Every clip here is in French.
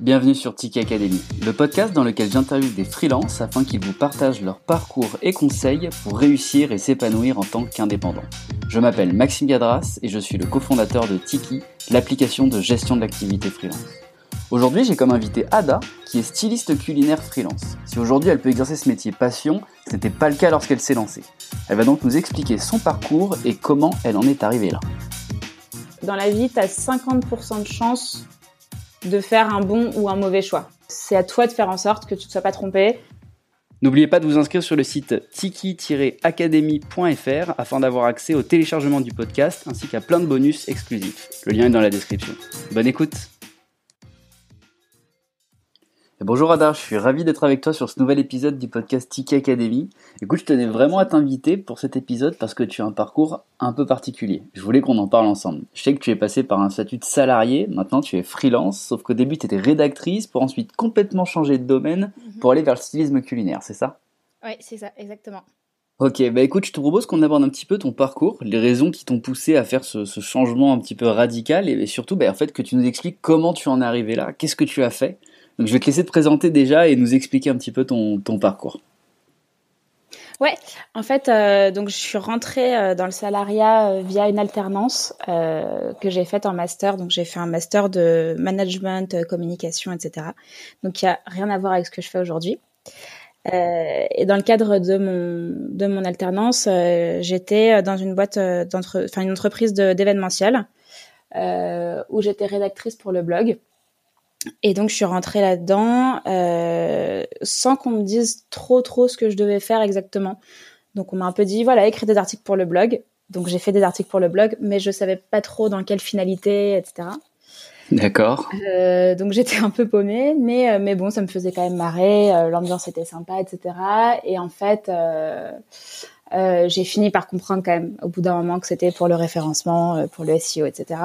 Bienvenue sur Tiki Academy, le podcast dans lequel j'interviewe des freelances afin qu'ils vous partagent leur parcours et conseils pour réussir et s'épanouir en tant qu'indépendant. Je m'appelle Maxime Gadras et je suis le cofondateur de Tiki, l'application de gestion de l'activité freelance. Aujourd'hui, j'ai comme invité Ada, qui est styliste culinaire freelance. Si aujourd'hui elle peut exercer ce métier passion, ce n'était pas le cas lorsqu'elle s'est lancée. Elle va donc nous expliquer son parcours et comment elle en est arrivée là. Dans la vie, tu as 50% de chance de faire un bon ou un mauvais choix. C'est à toi de faire en sorte que tu ne te sois pas trompé. N'oubliez pas de vous inscrire sur le site tiki-academy.fr afin d'avoir accès au téléchargement du podcast ainsi qu'à plein de bonus exclusifs. Le lien est dans la description. Bonne écoute. Bonjour Ada, je suis ravi d'être avec toi sur ce nouvel épisode du podcast Tiki Academy. Écoute, je tenais vraiment à t'inviter pour cet épisode parce que tu as un parcours un peu particulier. Je voulais qu'on en parle ensemble. Je sais que tu es passé par un statut de salarié, maintenant tu es freelance, sauf qu'au début tu étais rédactrice pour ensuite complètement changer de domaine pour aller vers le stylisme culinaire, c'est ça ? Oui, c'est ça, exactement. Ok, écoute, je te propose qu'on aborde un petit peu ton parcours, les raisons qui t'ont poussé à faire ce changement un petit peu radical et surtout en fait que tu nous expliques comment tu en es arrivé là, qu'est-ce que tu as fait. Donc je vais te laisser te présenter déjà et nous expliquer un petit peu ton parcours. Ouais, en fait, donc je suis rentrée dans le salariat via une alternance que j'ai faite en master. Donc j'ai fait un master de management, communication, etc. Donc il y a rien à voir avec ce que je fais aujourd'hui. Et dans le cadre de mon alternance, j'étais dans une boîte une entreprise d'événementiel où j'étais rédactrice pour le blog. Et donc, je suis rentrée là-dedans sans qu'on me dise trop ce que je devais faire exactement. Donc, on m'a un peu dit, voilà, écris des articles pour le blog. Donc, j'ai fait des articles pour le blog, mais je savais pas trop dans quelle finalité, etc. D'accord. Donc, j'étais un peu paumée, mais bon, ça me faisait quand même marrer. L'ambiance était sympa, etc. Et en fait, j'ai fini par comprendre quand même, au bout d'un moment, que c'était pour le référencement, pour le SEO, etc.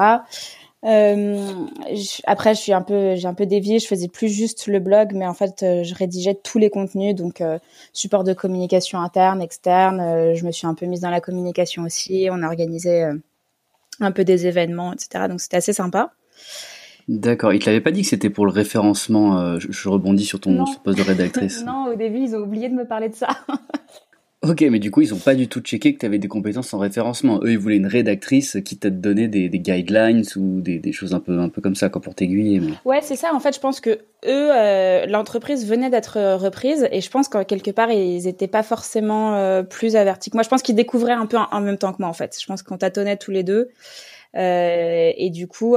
Après j'ai un peu dévié, je faisais plus juste le blog, mais en fait je rédigeais tous les contenus, donc support de communication interne, externe, je me suis un peu mise dans la communication aussi, on organisait un peu des événements, etc. Donc c'était assez sympa. D'accord, ils te l'avaient pas dit que c'était pour le référencement, je rebondis sur ton poste de rédactrice. Non, au début ils ont oublié de me parler de ça. Ok, mais du coup, ils ont pas du tout checké que tu avais des compétences en référencement. Eux, ils voulaient une rédactrice qui t'a donné des guidelines ou des choses un peu comme ça, quoi, pour t'aiguiller. Mais... Ouais, c'est ça. En fait, je pense que eux, l'entreprise venait d'être reprise et je pense qu'en quelque part, ils étaient pas forcément plus avertis que moi. Je pense qu'ils découvraient un peu en même temps que moi, en fait. Je pense qu'on tâtonnait tous les deux. Et du coup...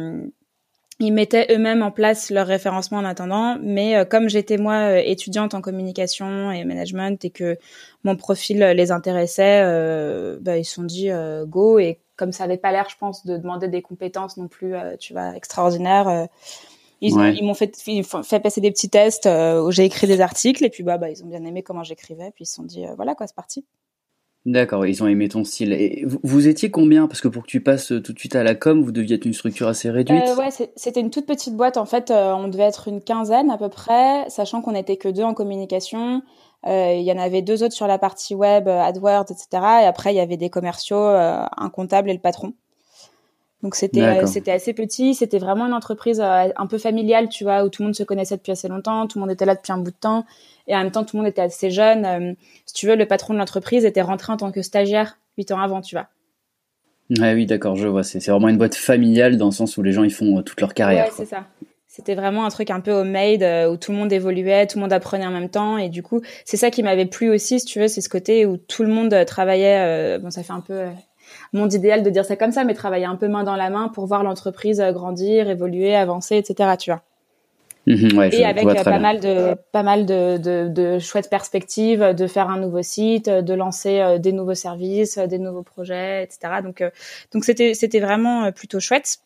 ils mettaient eux-mêmes en place leur référencement en attendant, mais comme j'étais moi étudiante en communication et management et que mon profil les intéressait, ils se sont dit go, et comme ça avait pas l'air, je pense, de demander des compétences non plus, extraordinaires, ils m'ont fait passer des petits tests où j'ai écrit des articles et puis ils ont bien aimé comment j'écrivais, puis ils se sont dit voilà quoi, c'est parti. D'accord, ils ont aimé ton style. Et vous étiez combien ? Parce que pour que tu passes tout de suite à la com, vous deviez être une structure assez réduite. Ouais, c'était une toute petite boîte. En fait, on devait être une quinzaine à peu près, sachant qu'on n'était que 2 en communication. Il y en avait 2 autres sur la partie web, AdWords, etc. Et après, il y avait des commerciaux, un comptable et le patron. Donc c'était assez petit. C'était vraiment une entreprise un peu familiale, tu vois, où tout le monde se connaissait depuis assez longtemps, tout le monde était là depuis un bout de temps, et en même temps tout le monde était assez jeune. Si tu veux, le patron de l'entreprise était rentré en tant que stagiaire 8 ans avant, tu vois. Ah oui, d'accord, je vois. C'est vraiment une boîte familiale dans le sens où les gens ils font toute leur carrière. Ouais, c'est ça. C'était vraiment un truc un peu homemade où tout le monde évoluait, tout le monde apprenait en même temps, et du coup, c'est ça qui m'avait plu aussi, si tu veux, c'est ce côté où tout le monde travaillait. Ça fait un peu monde idéal de dire ça comme ça, mais travailler un peu main dans la main pour voir l'entreprise grandir, évoluer, avancer, etc. Tu vois. Ouais, et avec pas mal de chouettes perspectives de faire un nouveau site, de lancer des nouveaux services, des nouveaux projets, etc. Donc c'était vraiment plutôt chouette.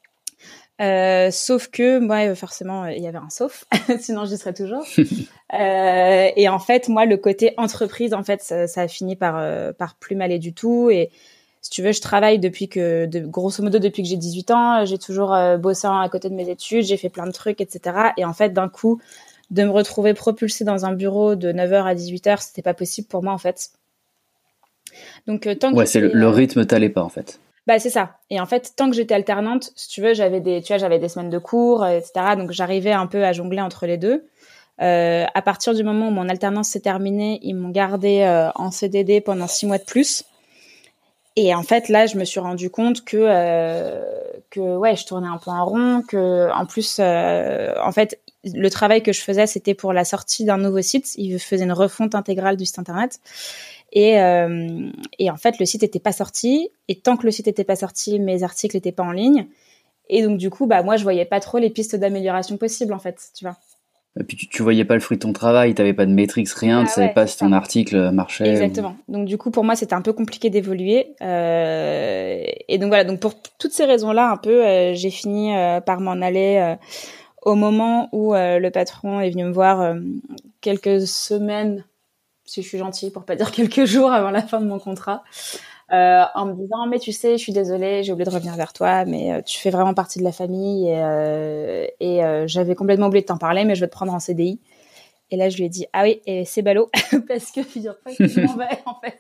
Sauf que moi, forcément, il y avait un sauf, sinon j'y serais toujours. Et en fait, moi, le côté entreprise, en fait, ça a fini par plus m'aller du tout. Et si tu veux, je travaille grosso modo depuis que j'ai 18 ans. J'ai toujours bossé à côté de mes études, j'ai fait plein de trucs, etc. Et en fait, d'un coup, de me retrouver propulsée dans un bureau de 9h à 18h, c'était pas possible pour moi, en fait. Donc, tant que le rythme t'allait pas, en fait. Bah c'est ça. Et en fait, tant que j'étais alternante, si tu veux, j'avais des semaines de cours, etc. Donc j'arrivais un peu à jongler entre les deux. À partir du moment où mon alternance s'est terminée, ils m'ont gardée en CDD pendant 6 mois de plus. Et en fait, là, je me suis rendu compte que ouais, je tournais un peu en rond, que en plus, en fait, le travail que je faisais, c'était pour la sortie d'un nouveau site. Ils faisaient une refonte intégrale du site internet. Et en fait, le site était pas sorti. Et tant que le site était pas sorti, mes articles étaient pas en ligne. Et donc, du coup, bah, moi, je voyais pas trop les pistes d'amélioration possibles, en fait, tu vois. Et puis tu voyais pas le fruit de ton travail, t'avais pas de métriques, rien, tu savais Ouais, pas c'est si ton ça. article marchait. Exactement. Donc du coup, pour moi, c'était un peu compliqué d'évoluer. Et donc voilà. Donc pour toutes ces raisons-là, un peu, j'ai fini par m'en aller au moment où le patron est venu me voir quelques semaines, si je suis gentille, pour pas dire quelques jours avant la fin de mon contrat, en me disant mais tu sais, je suis désolée, j'ai oublié de revenir vers toi, mais tu fais vraiment partie de la famille et j'avais complètement oublié de t'en parler, mais je vais te prendre en CDI. Et là, je lui ai dit, ah oui, et c'est ballot, parce que figure-toi que je m'en vais, en fait.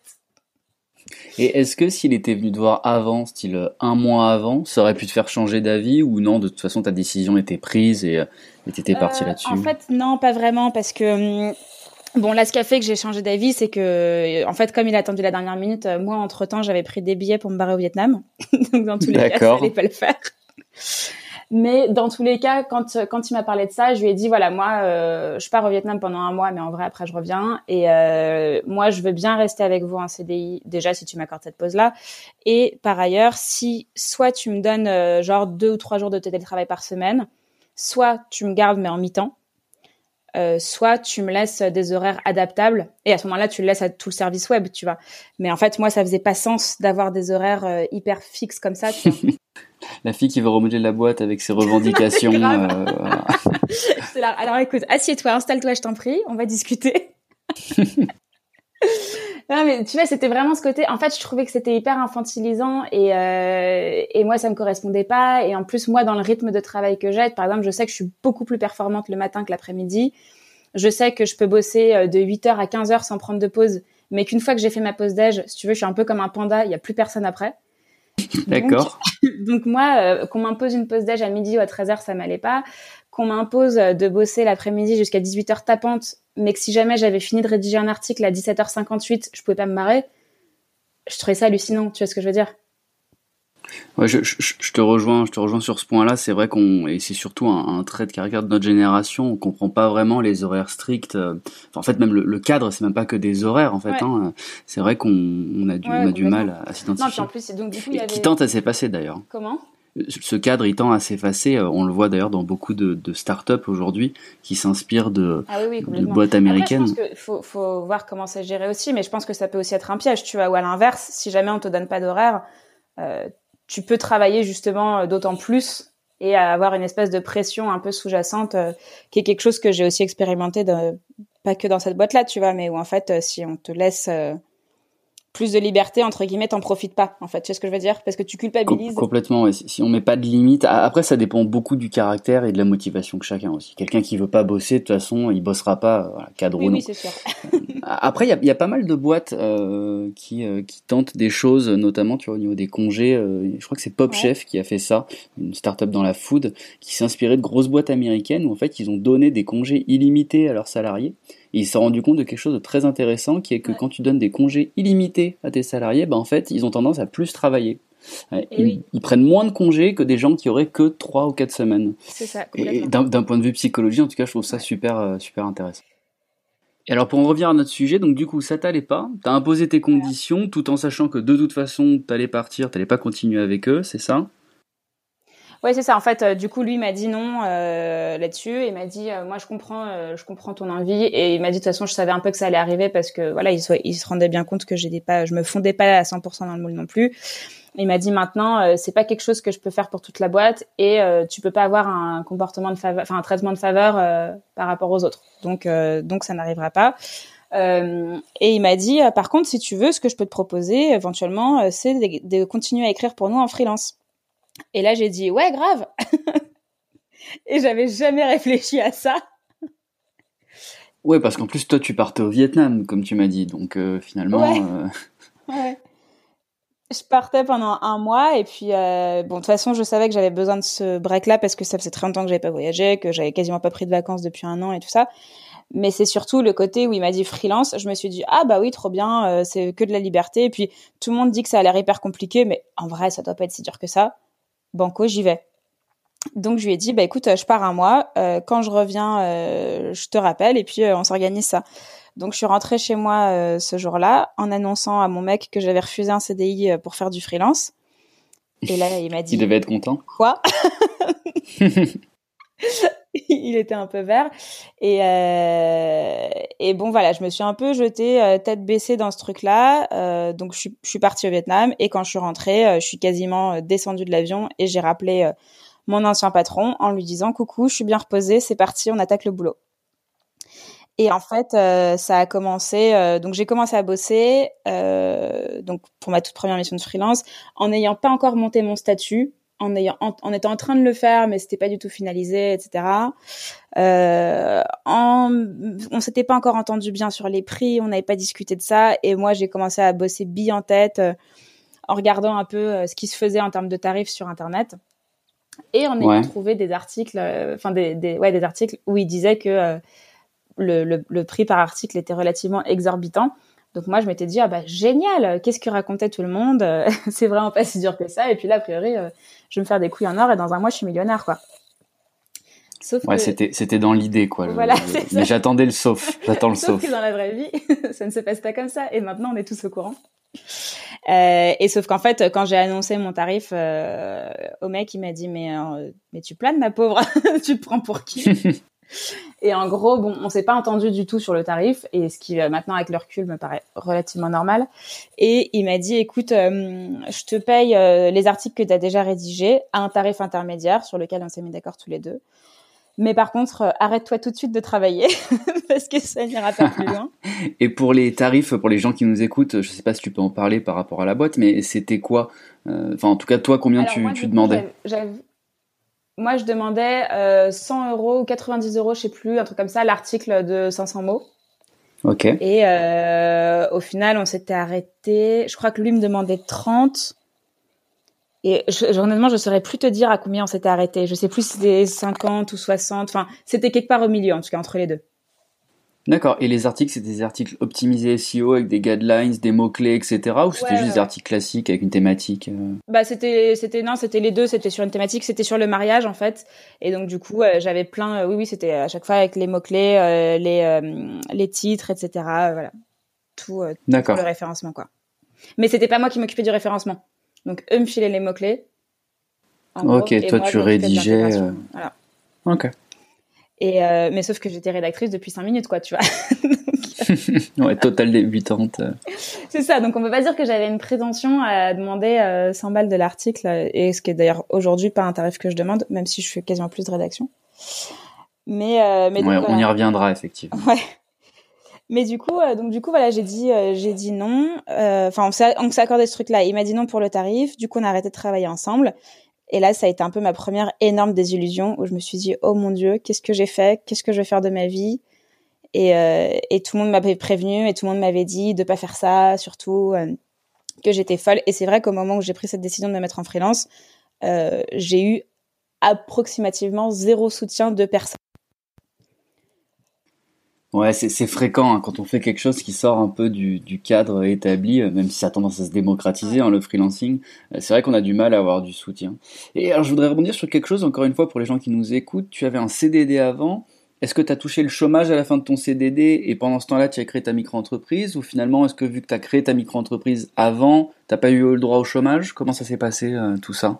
Et est-ce que s'il était venu te voir avant, style un mois avant, ça aurait pu te faire changer d'avis ou non, de toute façon ta décision était prise et t'étais parti En là-dessus? fait, non, pas vraiment, parce que, bon, là, ce qui a fait que j'ai changé d'avis, c'est que, en fait, comme il a attendu la dernière minute, moi, entre-temps, j'avais pris des billets pour me barrer au Vietnam. Donc, dans tous les cas, ça allait D'accord. pas le faire. Mais dans tous les cas, quand il m'a parlé de ça, je lui ai dit voilà, moi je pars au Vietnam pendant un mois, mais en vrai après je reviens et moi je veux bien rester avec vous en CDI déjà si tu m'accordes cette pause là et par ailleurs si soit tu me donnes genre 2 ou 3 jours de télétravail par semaine, soit tu me gardes mais en mi-temps, soit tu me laisses des horaires adaptables et à ce moment-là tu le laisses à tout le service web, tu vois. Mais en fait moi ça faisait pas sens d'avoir des horaires hyper fixes comme ça, tu vois. La fille qui veut remodeler la boîte avec ses Non, mais revendications. grave. Voilà. C'est là. Alors écoute, assieds-toi, installe-toi, je t'en prie, on va discuter. Non mais tu vois, c'était vraiment ce côté. En fait, je trouvais que c'était hyper infantilisant et moi ça me correspondait pas. Et en plus moi dans le rythme de travail que j'ai, par exemple, je sais que je suis beaucoup plus performante le matin que l'après-midi. Je sais que je peux bosser de 8h à 15h sans prendre de pause, mais qu'une fois que j'ai fait ma pause déj, si tu veux, je suis un peu comme un panda, il y a plus personne après. Donc, D'accord. donc moi, qu'on m'impose une pause déj à midi ou à 13h, ça m'allait pas. Qu'on m'impose de bosser l'après-midi jusqu'à 18h tapante, mais que si jamais j'avais fini de rédiger un article à 17h58, je pouvais pas me marrer, je trouvais ça hallucinant, tu vois ce que je veux dire? Ouais, je te rejoins sur ce point-là. C'est vrai et c'est surtout un trait de caractère de notre génération. On comprend pas vraiment les horaires stricts. Enfin, en fait, même le cadre, c'est même pas que des horaires, en fait, Ouais, hein. C'est vrai ouais, on a du complètement. mal à Non, puis en s'identifier. plus, donc du coup, il y Et qui avait... tente à s'effacer d'ailleurs. Comment? Ce cadre, il tend à s'effacer. On le voit d'ailleurs dans beaucoup de startups aujourd'hui qui s'inspirent Ah oui, oui, de complètement. boîtes Après, je pense américaines. que faut voir comment c'est géré aussi, mais je pense que ça peut aussi être un piège, tu vois, ou à l'inverse, si jamais on te donne pas d'horaire, euh, tu peux travailler justement d'autant plus et avoir une espèce de pression un peu sous-jacente qui est quelque chose que j'ai aussi expérimenté pas que dans cette boîte-là, tu vois, mais où en fait, si on te laisse plus de liberté, entre guillemets, t'en profites pas, en fait, tu sais ce que je veux dire? Parce que tu culpabilises. Complètement, ouais. Si on met pas de limite, après ça dépend beaucoup du caractère et de la motivation que chacun aussi. Quelqu'un qui veut pas bosser, de toute façon, il bossera pas, voilà, cadre Oui, ou oui, non. c'est sûr. Après, il y a pas mal de boîtes qui tentent des choses, notamment tu vois, au niveau des congés. Je crois que c'est Pop Ouais. Chef qui a fait ça, une start-up dans la food, qui s'inspirait de grosses boîtes américaines où en fait ils ont donné des congés illimités à leurs salariés. Et ils se sont rendu compte de quelque chose de très intéressant, qui est que Ouais. quand tu donnes des congés illimités à tes salariés, ben en fait ils ont tendance à plus travailler. Ouais, Et oui, ils prennent moins de congés que des gens qui auraient que 3 ou 4 semaines. c'est ça, Et complètement. d'un point de vue psychologie, en tout cas, je trouve ça Ouais. super intéressant. Et alors pour en revenir à notre sujet, donc du coup ça t'allait pas, t'as imposé tes Voilà. conditions tout en sachant que de toute façon t'allais partir, t'allais pas continuer avec eux, c'est ça? Ouais, c'est ça. En fait, du coup, lui m'a dit non là-dessus. Il m'a dit, moi, je comprends ton envie. Et il m'a dit, de toute façon, je savais un peu que ça allait arriver parce que voilà, il se rendait bien compte que je me fondais pas à 100% dans le moule non plus. Il m'a dit maintenant, c'est pas quelque chose que je peux faire pour toute la boîte et tu peux pas avoir un comportement de faveur, enfin un traitement de faveur par rapport aux autres. Donc ça n'arrivera pas. Et il m'a dit, par contre, si tu veux, ce que je peux te proposer éventuellement, c'est de continuer à écrire pour nous en freelance. Et là, j'ai dit, ouais, grave. Et j'avais jamais réfléchi à ça. Ouais, parce qu'en plus toi tu partais au Vietnam, comme tu m'as dit, donc Ouais, finalement, ouais. Je partais pendant un mois et puis bon, de toute façon, je savais que j'avais besoin de ce break-là parce que ça faisait très longtemps que j'avais pas voyagé, que j'avais quasiment pas pris de vacances depuis un an et tout ça. Mais c'est surtout le côté où il m'a dit freelance. Je me suis dit ah bah oui, trop bien, c'est que de la liberté. Et puis tout le monde dit que ça a l'air hyper compliqué, mais en vrai, ça doit pas être si dur que ça. Banco, j'y vais. Donc je lui ai dit bah écoute, je pars un mois. Quand je reviens, je te rappelle et puis on s'organise ça. Donc je suis rentrée chez moi ce jour-là en annonçant à mon mec que j'avais refusé un CDI pour faire du freelance. Et là, il m'a dit... Il devait être content. Quoi? Il était un peu vert. Et bon, voilà, je me suis un peu jetée tête baissée dans ce truc-là. Donc je suis partie au Vietnam et quand je suis rentrée, je suis quasiment descendue de l'avion et j'ai rappelé mon ancien patron en lui disant « Coucou, je suis bien reposée, c'est parti, on attaque le boulot ». Et en fait, ça a commencé. Donc, j'ai commencé à bosser donc pour ma toute première mission de freelance, en n'ayant pas encore monté mon statut, en étant en train de le faire, mais c'était pas du tout finalisé, etc. On s'était pas encore entendu bien sur les prix, on n'avait pas discuté de ça, et moi, j'ai commencé à bosser bille en tête, en regardant un peu ce qui se faisait en termes de tarifs sur Internet. Et en ayant trouvé des articles, des articles où ils disaient que le prix par article était relativement exorbitant. Donc moi, je m'étais dit, ah bah génial, qu'est-ce que racontait tout le monde? C'est vraiment pas si dur que ça. Et puis là, a priori, je vais me faire des couilles en or et dans un mois, je suis millionnaire, quoi. Sauf que... c'était dans l'idée, quoi. Voilà, mais j'attendais le sauf. J'attends le sauf. Sauf que dans la vraie vie, ça ne se passe pas comme ça. Et maintenant, on est tous au courant. Et sauf qu'en fait, quand j'ai annoncé mon tarif au mec, il m'a dit, mais tu planes, ma pauvre, tu te prends pour qui? Et en gros, bon, on s'est pas entendu du tout sur le tarif, et ce qui maintenant avec le recul me paraît relativement normal. Et il m'a dit, écoute, je te paye les articles que tu as déjà rédigés à un tarif intermédiaire sur lequel on s'est mis d'accord tous les deux. Mais par contre, arrête-toi tout de suite de travailler parce que ça n'ira pas plus loin. Et pour les tarifs, pour les gens qui nous écoutent, je sais pas si tu peux en parler par rapport à la boîte, mais c'était quoi? Enfin, en tout cas, toi, combien tu demandais? Moi, je demandais 100 € ou 90 €, je sais plus, un truc comme ça, l'article de 500 mots. Ok. Et au final, on s'était arrêté. Je crois que lui me demandait 30. Et honnêtement, je saurais plus te dire à combien on s'était arrêté. Je sais plus si c'était 50 ou 60. Enfin, c'était quelque part au milieu, en tout cas, entre les deux. D'accord. Et les articles, c'était des articles optimisés SEO avec des guidelines, des mots-clés, etc. Ou c'était juste des articles classiques avec une thématique Bah, c'était les deux. C'était sur une thématique. C'était sur le mariage, en fait. Et donc, du coup, j'avais plein, oui, c'était à chaque fois avec les mots-clés, les titres, etc. Voilà. Tout pour le référencement, quoi. Mais c'était pas moi qui m'occupais du référencement. Donc, eux me filaient les mots-clés. Ok, gros, toi, tu rédigeais. Voilà. Ok. Et mais sauf que j'étais rédactrice depuis 5 minutes, quoi, tu vois. Ouais, totale débutante. C'est ça, donc on peut pas dire que j'avais une prétention à demander 100 balles de l'article, et ce qui est d'ailleurs aujourd'hui pas un tarif que je demande, même si je fais quasiment plus de rédaction. Mais donc, ouais, on y reviendra effectivement. Ouais. Mais du coup, voilà, j'ai dit non. Enfin, on s'est accordé ce truc-là. Il m'a dit non pour le tarif. Du coup, on a arrêté de travailler ensemble. Et là, ça a été un peu ma première énorme désillusion où je me suis dit, oh mon Dieu, qu'est-ce que j'ai fait? Qu'est-ce que je vais faire de ma vie? Et tout le monde m'avait prévenu et tout le monde m'avait dit de pas faire ça, surtout que j'étais folle. Et c'est vrai qu'au moment où j'ai pris cette décision de me mettre en freelance, j'ai eu approximativement 0 soutien de personne. Ouais, c'est fréquent hein, quand on fait quelque chose qui sort un peu du cadre établi, même si ça a tendance à se démocratiser, hein, le freelancing. C'est vrai qu'on a du mal à avoir du soutien. Et alors, je voudrais rebondir sur quelque chose, encore une fois, pour les gens qui nous écoutent. Tu avais un CDD avant. Est-ce que tu as touché le chômage à la fin de ton CDD et pendant ce temps-là, tu as créé ta micro-entreprise? Ou finalement, est-ce que vu que tu as créé ta micro-entreprise avant, tu n'as pas eu le droit au chômage? Comment ça s'est passé, tout ça?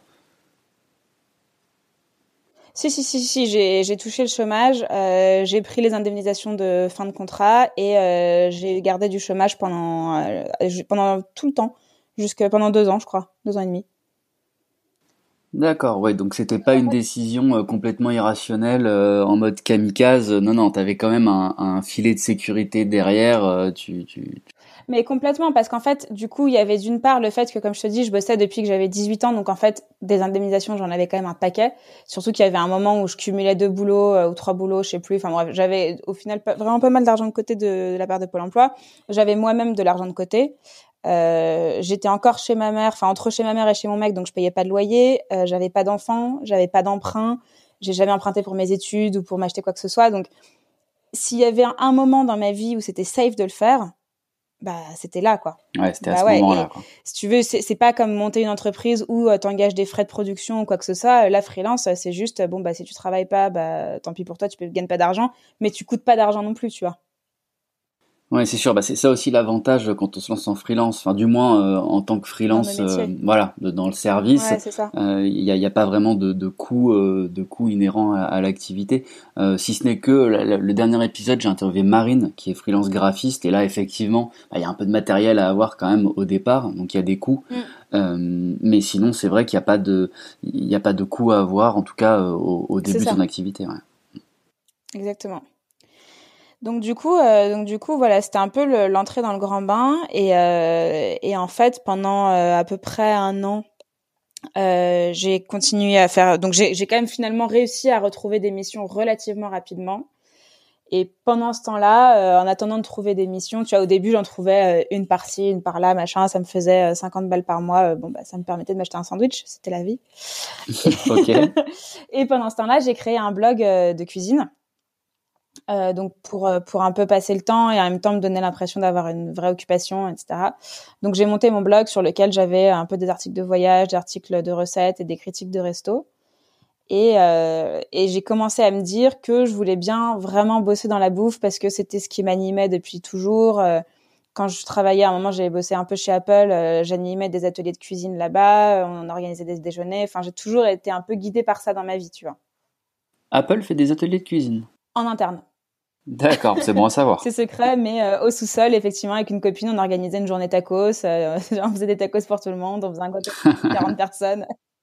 Si, j'ai touché le chômage, j'ai pris les indemnisations de fin de contrat et j'ai gardé du chômage pendant tout le temps, pendant 2 ans, je crois, 2 ans et demi. D'accord, ouais, donc c'était pas une décision complètement irrationnelle en mode kamikaze. Non, t'avais quand même un filet de sécurité derrière. Mais complètement, parce qu'en fait, du coup, il y avait d'une part le fait que, comme je te dis, je bossais depuis que j'avais 18 ans, donc en fait, des indemnisations, j'en avais quand même un paquet. Surtout qu'il y avait un moment où je cumulais 2 boulots ou 3 boulots, je sais plus. Enfin bref, j'avais au final vraiment pas mal d'argent de côté de la part de Pôle emploi. J'avais moi-même de l'argent de côté. J'étais encore chez ma mère, enfin entre chez ma mère et chez mon mec, donc je payais pas de loyer, j'avais pas d'enfants, j'avais pas d'emprunt, j'ai jamais emprunté pour mes études ou pour m'acheter quoi que ce soit. Donc s'il y avait un moment dans ma vie où c'était safe de le faire, bah c'était là quoi. Ouais, c'était à ce moment-là quoi. Si tu veux, c'est pas comme monter une entreprise où t'engages des frais de production ou quoi que ce soit. La freelance, c'est juste bon bah si tu travailles pas, bah tant pis pour toi, tu gagnes pas d'argent, mais tu coûtes pas d'argent non plus, tu vois. Ouais, c'est sûr. Bah, c'est ça aussi l'avantage quand on se lance en freelance. Enfin, du moins en tant que Dans freelance, nos métiers. voilà, dans le service, Ouais, c'est ça. il y a pas vraiment de coût inhérent à l'activité. Si ce n'est que le dernier épisode, j'ai interviewé Marine, qui est freelance graphiste, et là, effectivement, bah, il y a un peu de matériel à avoir quand même au départ, donc il y a des coûts. Mais sinon, c'est vrai qu'il y a pas de coût à avoir, en tout cas au début de son activité. Ouais. Exactement. Donc du coup, voilà, c'était un peu l'entrée dans le grand bain et en fait pendant à peu près un an, j'ai continué à faire. Donc j'ai quand même finalement réussi à retrouver des missions relativement rapidement. Et pendant ce temps-là, en attendant de trouver des missions, tu vois, au début j'en trouvais une par-ci, une par-là, machin, ça me faisait 50 balles par mois. Bon bah ça me permettait de m'acheter un sandwich, c'était la vie. Ok. Et pendant ce temps-là, j'ai créé un blog de cuisine. Donc pour un peu passer le temps et en même temps me donner l'impression d'avoir une vraie occupation, etc. Donc j'ai monté mon blog sur lequel j'avais un peu des articles de voyage, des articles de recettes et des critiques de resto. Et j'ai commencé à me dire que je voulais bien vraiment bosser dans la bouffe parce que c'était ce qui m'animait depuis toujours. Quand je travaillais, à un moment, j'avais bossé un peu chez Apple, j'animais des ateliers de cuisine là-bas, on organisait des déjeuners. Enfin, j'ai toujours été un peu guidée par ça dans ma vie, tu vois. Faisait des ateliers de cuisine. En interne. D'accord, c'est bon à savoir. C'est secret, mais au sous-sol, effectivement, avec une copine, on organisait une journée tacos. On faisait des tacos pour tout le monde, on faisait un gâteau pour 40 personnes.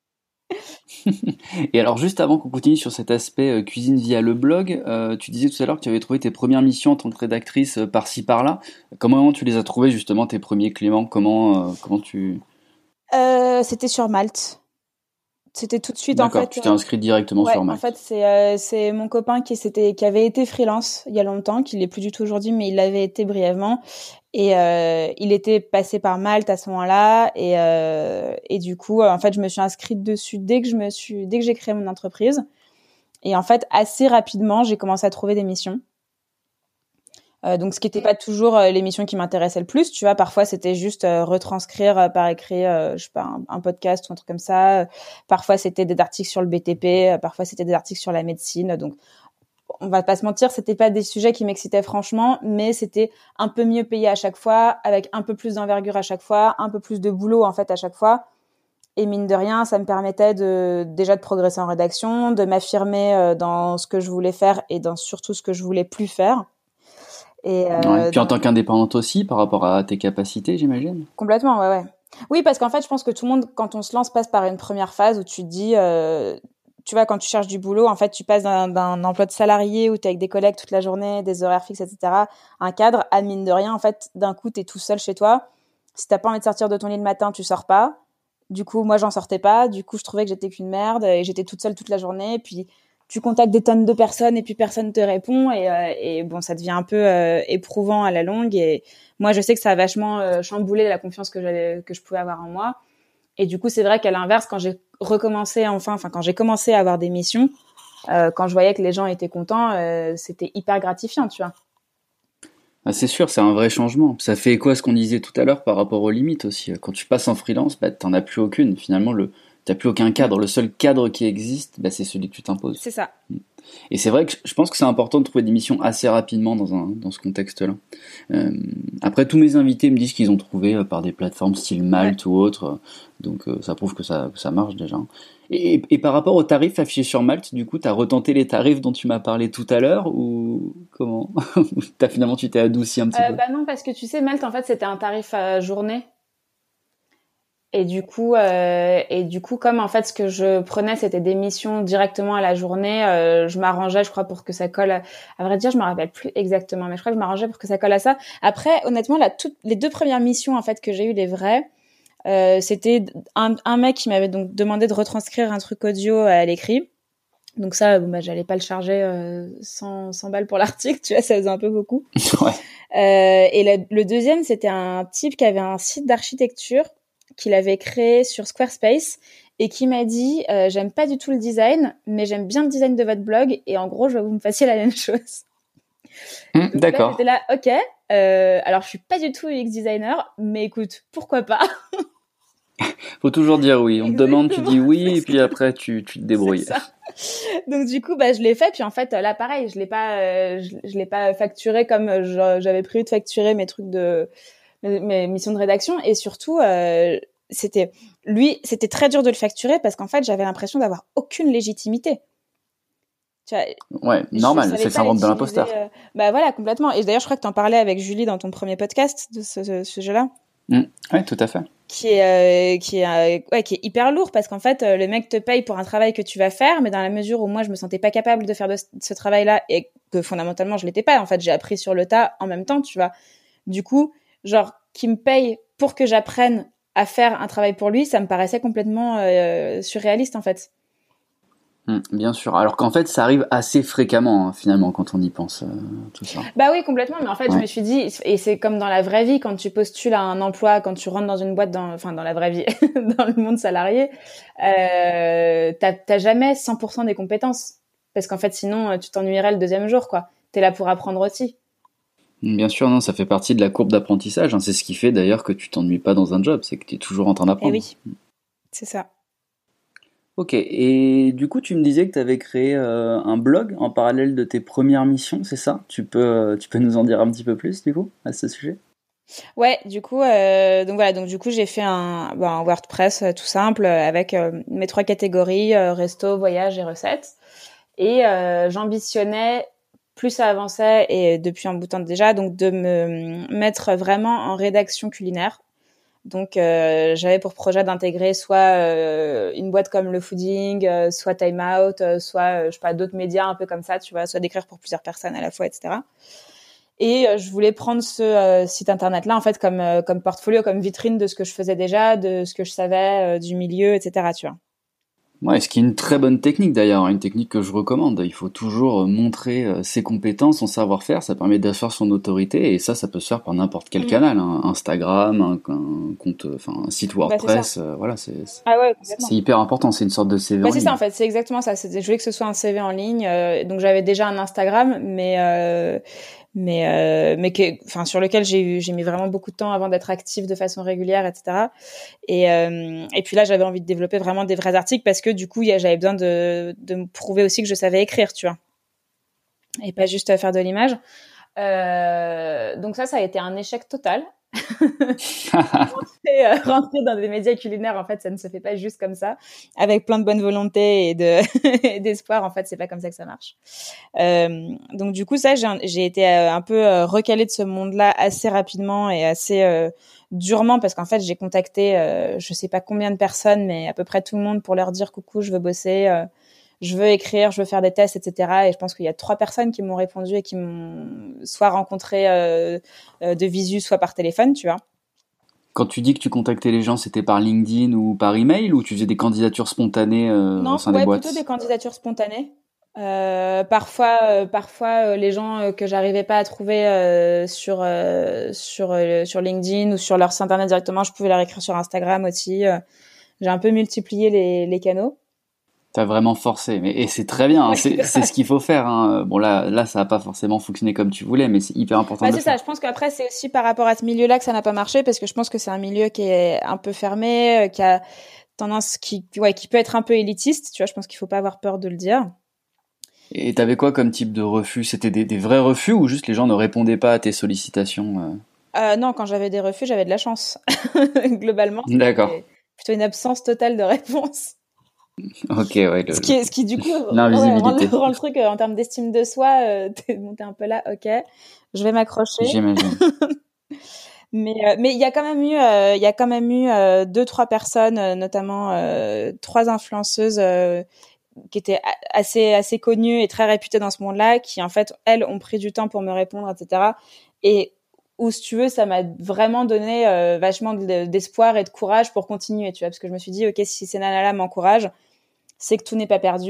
Et alors, juste avant qu'on continue sur cet aspect cuisine via le blog, tu disais tout à l'heure que tu avais trouvé tes premières missions en tant que rédactrice par-ci par-là. Comment tu les as trouvées justement, tes premiers clients? Comment tu... C'était sur Malte. C'était tout de suite en D'accord, fait. tu t'es inscrite directement sur En Malte. fait, c'est mon copain qui avait été freelance il y a longtemps, qui l'est plus du tout aujourd'hui, mais il l'avait été brièvement. Et il était passé par Malte à ce moment-là. Et du coup, en fait, je me suis inscrite dessus dès que j'ai créé mon entreprise. Et en fait, assez rapidement, j'ai commencé à trouver des missions. Donc, ce qui n'était pas toujours les missions qui m'intéressaient le plus, tu vois. Parfois, c'était juste retranscrire par écrit, je sais pas, un podcast ou un truc comme ça. Parfois, c'était des articles sur le BTP. Parfois, c'était des articles sur la médecine. Donc, on va pas se mentir, c'était pas des sujets qui m'excitaient franchement, mais c'était un peu mieux payé à chaque fois, avec un peu plus d'envergure à chaque fois, un peu plus de boulot en fait à chaque fois. Et mine de rien, ça me permettait déjà de progresser en rédaction, de m'affirmer dans ce que je voulais faire et dans surtout ce que je voulais plus faire. Et Ouais. Puis en tant qu'indépendante aussi, par rapport à tes capacités, j'imagine. complètement, ouais. Oui, parce qu'en fait, je pense que tout le monde, quand on se lance, passe par une première phase où tu te dis, tu vois, quand tu cherches du boulot, en fait, tu passes d'un emploi de salarié où tu es avec des collègues toute la journée, des horaires fixes, etc., un cadre, à mine de rien, en fait, d'un coup, tu es tout seul chez toi. Si t'as pas envie de sortir de ton lit le matin, tu sors pas. Du coup, moi, j'en sortais pas. Du coup, je trouvais que j'étais qu'une merde et j'étais toute seule toute la journée. Puis, tu contactes des tonnes de personnes et puis personne te répond. Et bon, ça devient un peu éprouvant à la longue. Et moi, je sais que ça a vachement chamboulé la confiance que je pouvais avoir en moi. Et du coup, c'est vrai qu'à l'inverse, quand j'ai recommencé quand j'ai commencé à avoir des missions, quand je voyais que les gens étaient contents, c'était hyper gratifiant, tu vois. Ah, c'est sûr, c'est un vrai changement. Ça fait écho à ce qu'on disait tout à l'heure par rapport aux limites aussi. Quand tu passes en freelance, bah, t'en as plus aucune. Finalement, t'as plus aucun cadre. Le seul cadre qui existe, bah, c'est celui que tu t'imposes. C'est ça. Et c'est vrai que je pense que c'est important de trouver des missions assez rapidement dans ce contexte-là. Après, tous mes invités me disent qu'ils ont trouvé par des plateformes style Malte ou autre, donc ça prouve que ça marche déjà. Et par rapport aux tarifs affichés sur Malte, du coup, t'as retenté les tarifs dont tu m'as parlé tout à l'heure ou comment? Finalement, tu t'es adouci un petit peu? Bah non, parce que tu sais, Malte, en fait, c'était un tarif à journée. Et du coup, comme en fait, ce que je prenais, c'était des missions directement à la journée, je m'arrangeais, je crois, pour que ça colle. À vrai dire, je me rappelle plus exactement, mais je crois que je m'arrangeais pour que ça colle à ça. Après, honnêtement, les 2 premières missions en fait que j'ai eues, les vraies, c'était un mec qui m'avait donc demandé de retranscrire un truc audio à l'écrit. Donc ça, j'allais pas le charger 100 balles pour l'article, tu vois, ça faisait un peu beaucoup. Ouais. Et le deuxième, c'était un type qui avait un site d'architecture qu'il avait créé sur Squarespace et qui m'a dit j'aime pas du tout le design, mais j'aime bien le design de votre blog et en gros, je veux que vous me fassiez la même chose. Donc D'accord. là, j'étais là, ok. Alors, je suis pas du tout UX designer, mais écoute, pourquoi pas. Faut toujours dire oui. On te demande, tu dis oui, et puis ça. après, tu te débrouilles. C'est ça. Donc du coup, je l'ai fait. Puis en fait, là, pareil, je l'ai pas facturé comme j'avais prévu de facturer mes trucs mes missions de rédaction. Et surtout, c'était très dur de le facturer parce qu'en fait, j'avais l'impression d'avoir aucune légitimité. Tu vois, Ouais, normal, c'est que ça rentre dans l'imposteur. Voilà, complètement. Et d'ailleurs, je crois que t'en parlais avec Julie dans ton premier podcast de ce jeu-là. Ouais, tout à fait. Qui est hyper lourd parce qu'en fait, le mec te paye pour un travail que tu vas faire, mais dans la mesure où moi, je me sentais pas capable de faire ce travail-là et que fondamentalement, je l'étais pas. En fait, j'ai appris sur le tas en même temps, tu vois. Du coup, genre, qui me paye pour que j'apprenne à faire un travail pour lui, ça me paraissait complètement surréaliste, en fait. Bien sûr. Alors qu'en fait, ça arrive assez fréquemment, hein, finalement, quand on y pense, tout ça. Bah oui, complètement. Mais en fait, je me suis dit, et c'est comme dans la vraie vie, quand tu postules à un emploi, quand tu rentres dans une boîte, dans la vraie vie, dans le monde salarié, t'as jamais 100% des compétences. Parce qu'en fait, sinon, tu t'ennuierais le deuxième jour, quoi. T'es là pour apprendre aussi. Bien sûr, non, ça fait partie de la courbe d'apprentissage, hein. C'est ce qui fait d'ailleurs que tu t'ennuies pas dans un job, c'est que tu es toujours en train d'apprendre. Eh oui, c'est ça. Ok, et du coup, tu me disais que tu avais créé un blog en parallèle de tes premières missions, c'est ça? Tu peux nous en dire un petit peu plus, du coup, à ce sujet? Ouais, du coup, donc du coup, j'ai fait un WordPress tout simple avec mes 3 catégories, resto, voyage et recettes. Et j'ambitionnais, plus ça avançait, et depuis un bout de temps déjà, donc de me mettre vraiment en rédaction culinaire. Donc j'avais pour projet d'intégrer soit une boîte comme Le Fooding, soit Time Out, soit je sais pas, d'autres médias un peu comme ça, tu vois, soit d'écrire pour plusieurs personnes à la fois, etc. Et je voulais prendre ce site internet-là en fait comme portfolio, comme vitrine de ce que je faisais déjà, de ce que je savais du milieu, etc. Tu vois. Ouais, ce qui est une très bonne technique d'ailleurs, une technique que je recommande. Il faut toujours montrer ses compétences, son savoir-faire, ça permet d'asseoir son autorité et ça peut se faire par n'importe quel canal, hein. Instagram, un compte, enfin un site WordPress, voilà, Ah ouais, c'est hyper important, c'est une sorte de CV en c'est ligne. ça en fait, c'est exactement ça. Je voulais que ce soit un CV en ligne, donc j'avais déjà un Instagram, sur lequel j'ai mis vraiment beaucoup de temps avant d'être active de façon régulière, etc. Et puis là, j'avais envie de développer vraiment des vrais articles parce que du coup, j'avais besoin de me prouver aussi que je savais écrire, tu vois, et pas juste faire de l'image. Donc ça a été un échec total. Rentrer dans des médias culinaires, en fait, ça ne se fait pas juste comme ça, avec plein de bonne volonté et d'espoir. En fait, c'est pas comme ça que ça marche. Donc du coup, ça, j'ai été un peu recalée de ce monde-là assez rapidement et assez durement parce qu'en fait, j'ai contacté je sais pas combien de personnes, mais à peu près tout le monde pour leur dire coucou, je veux bosser. Je veux écrire, je veux faire des tests, etc. Et je pense qu'il y a 3 personnes qui m'ont répondu et qui m'ont soit rencontré de visu, soit par téléphone, tu vois. Quand tu dis que tu contactais les gens, c'était par LinkedIn ou par email ou tu faisais des candidatures spontanées au sein des boîtes? Plutôt des candidatures spontanées. Parfois les gens que j'arrivais pas à trouver sur LinkedIn ou sur leur site internet directement, je pouvais leur écrire sur Instagram aussi. J'ai un peu multiplié les canaux. T'as vraiment forcé, et c'est très bien, hein, c'est ce qu'il faut faire, hein. Bon là ça a pas forcément fonctionné comme tu voulais, mais c'est hyper important de le faire. C'est ça, je pense qu'après c'est aussi par rapport à ce milieu-là que ça n'a pas marché parce que je pense que c'est un milieu qui est un peu fermé, qui a tendance qui peut être un peu élitiste, tu vois, je pense qu'il faut pas avoir peur de le dire. Et t'avais quoi comme type de refus? C'était des vrais refus ou juste les gens ne répondaient pas à tes sollicitations? Non, quand j'avais des refus, j'avais de la chance. Globalement, D'accord. c'était plutôt une absence totale de réponse. Ok, ouais. Ce qui du coup L'invisibilité. rend le truc en termes d'estime de soi, t'es un peu là, ok, je vais m'accrocher. J'imagine. Mais il y a quand même eu 2-3 personnes, notamment 3 influenceuses qui étaient assez connues et très réputées dans ce monde-là, qui en fait elles ont pris du temps pour me répondre, etc. Et où, si tu veux, ça m'a vraiment donné vachement d'espoir et de courage pour continuer, tu vois, parce que je me suis dit, ok, si ces nanas-là m'encouragent, c'est que tout n'est pas perdu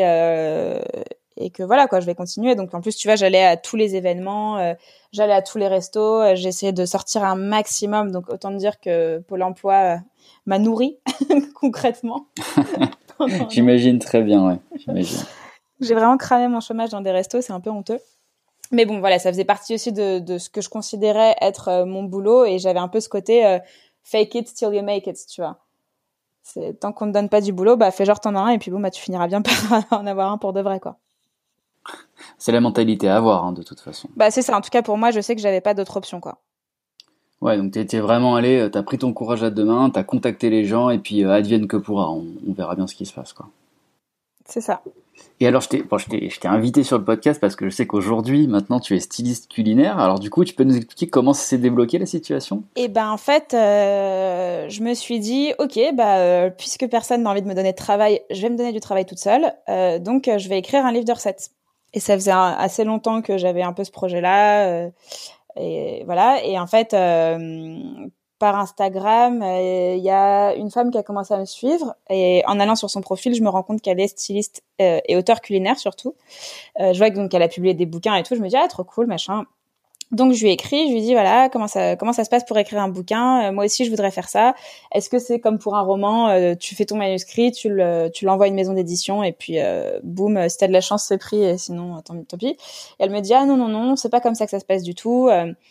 et que voilà quoi, je vais continuer. Donc en plus, tu vois, j'allais à tous les événements, j'allais à tous les restos, j'essayais de sortir un maximum. Donc autant te dire que Pôle emploi m'a nourri concrètement. J'imagine très bien, ouais. J'imagine. J'ai vraiment cramé mon chômage dans des restos, c'est un peu honteux. Mais bon, voilà, ça faisait partie aussi de ce que je considérais être mon boulot et j'avais un peu ce côté fake it till you make it, tu vois. Tant qu'on ne donne pas du boulot, bah fais genre t'en as un et puis bon, bah tu finiras bien par en avoir un pour de vrai, quoi. C'est la mentalité à avoir, hein, de toute façon. Bah c'est ça, en tout cas pour moi, je sais que j'avais pas d'autre option, quoi. Ouais, donc t'es vraiment allé, t'as pris ton courage à deux mains, t'as contacté les gens et puis advienne que pourra, on verra bien ce qui se passe, quoi. C'est ça. Et alors, je t'ai invité sur le podcast parce que je sais qu'aujourd'hui, maintenant, tu es styliste culinaire. Alors du coup, tu peux nous expliquer comment s'est débloquée la situation? Et ben en fait, je me suis dit, ok, puisque personne n'a envie de me donner de travail, je vais me donner du travail toute seule. Donc je vais écrire un livre de recettes. Et ça faisait assez longtemps que j'avais un peu ce projet-là. Et voilà. Et en fait, par Instagram, il y a une femme qui a commencé à me suivre. Et en allant sur son profil, je me rends compte qu'elle est styliste et auteure culinaire surtout. Je vois donc qu'elle a publié des bouquins et tout. Je me dis, ah, trop cool, machin. Donc je lui ai écrit, je lui ai dit voilà comment ça se passe pour écrire un bouquin. Moi aussi je voudrais faire ça. Est-ce que c'est comme pour un roman, tu fais ton manuscrit, tu l'envoies à une maison d'édition et puis boum, si t'as de la chance c'est pris et sinon tant pis. Et elle me dit ah non c'est pas comme ça que ça se passe du tout.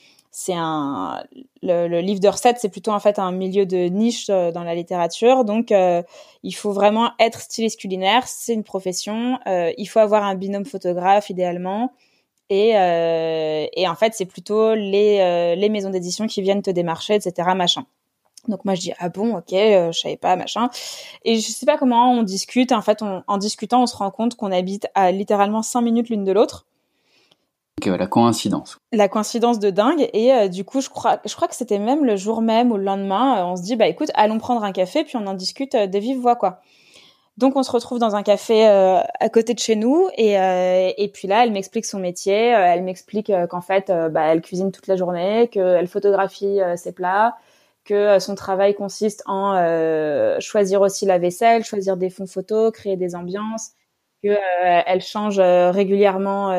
Le livre de recettes c'est plutôt en fait un milieu de niche dans la littérature donc il faut vraiment être styliste culinaire, c'est une profession. Il faut avoir un binôme photographe idéalement. Et en fait, c'est plutôt les maisons d'édition qui viennent te démarcher, etc., machin. Donc moi, je dis, ah bon, ok, je savais pas, machin. Et je sais pas comment on discute. En fait, en discutant, on se rend compte qu'on habite à littéralement 5 minutes l'une de l'autre. Ok, ouais, la coïncidence. La coïncidence de dingue. Et du coup, je crois que c'était même le jour même ou le lendemain, on se dit, bah écoute, allons prendre un café, puis on en discute de vive voix, quoi. Donc on se retrouve dans un café à côté de chez nous et puis là elle m'explique son métier, elle m'explique qu'en fait elle cuisine toute la journée, qu'elle photographie ses plats, que son travail consiste en choisir aussi la vaisselle, choisir des fonds photos, créer des ambiances, que elle change régulièrement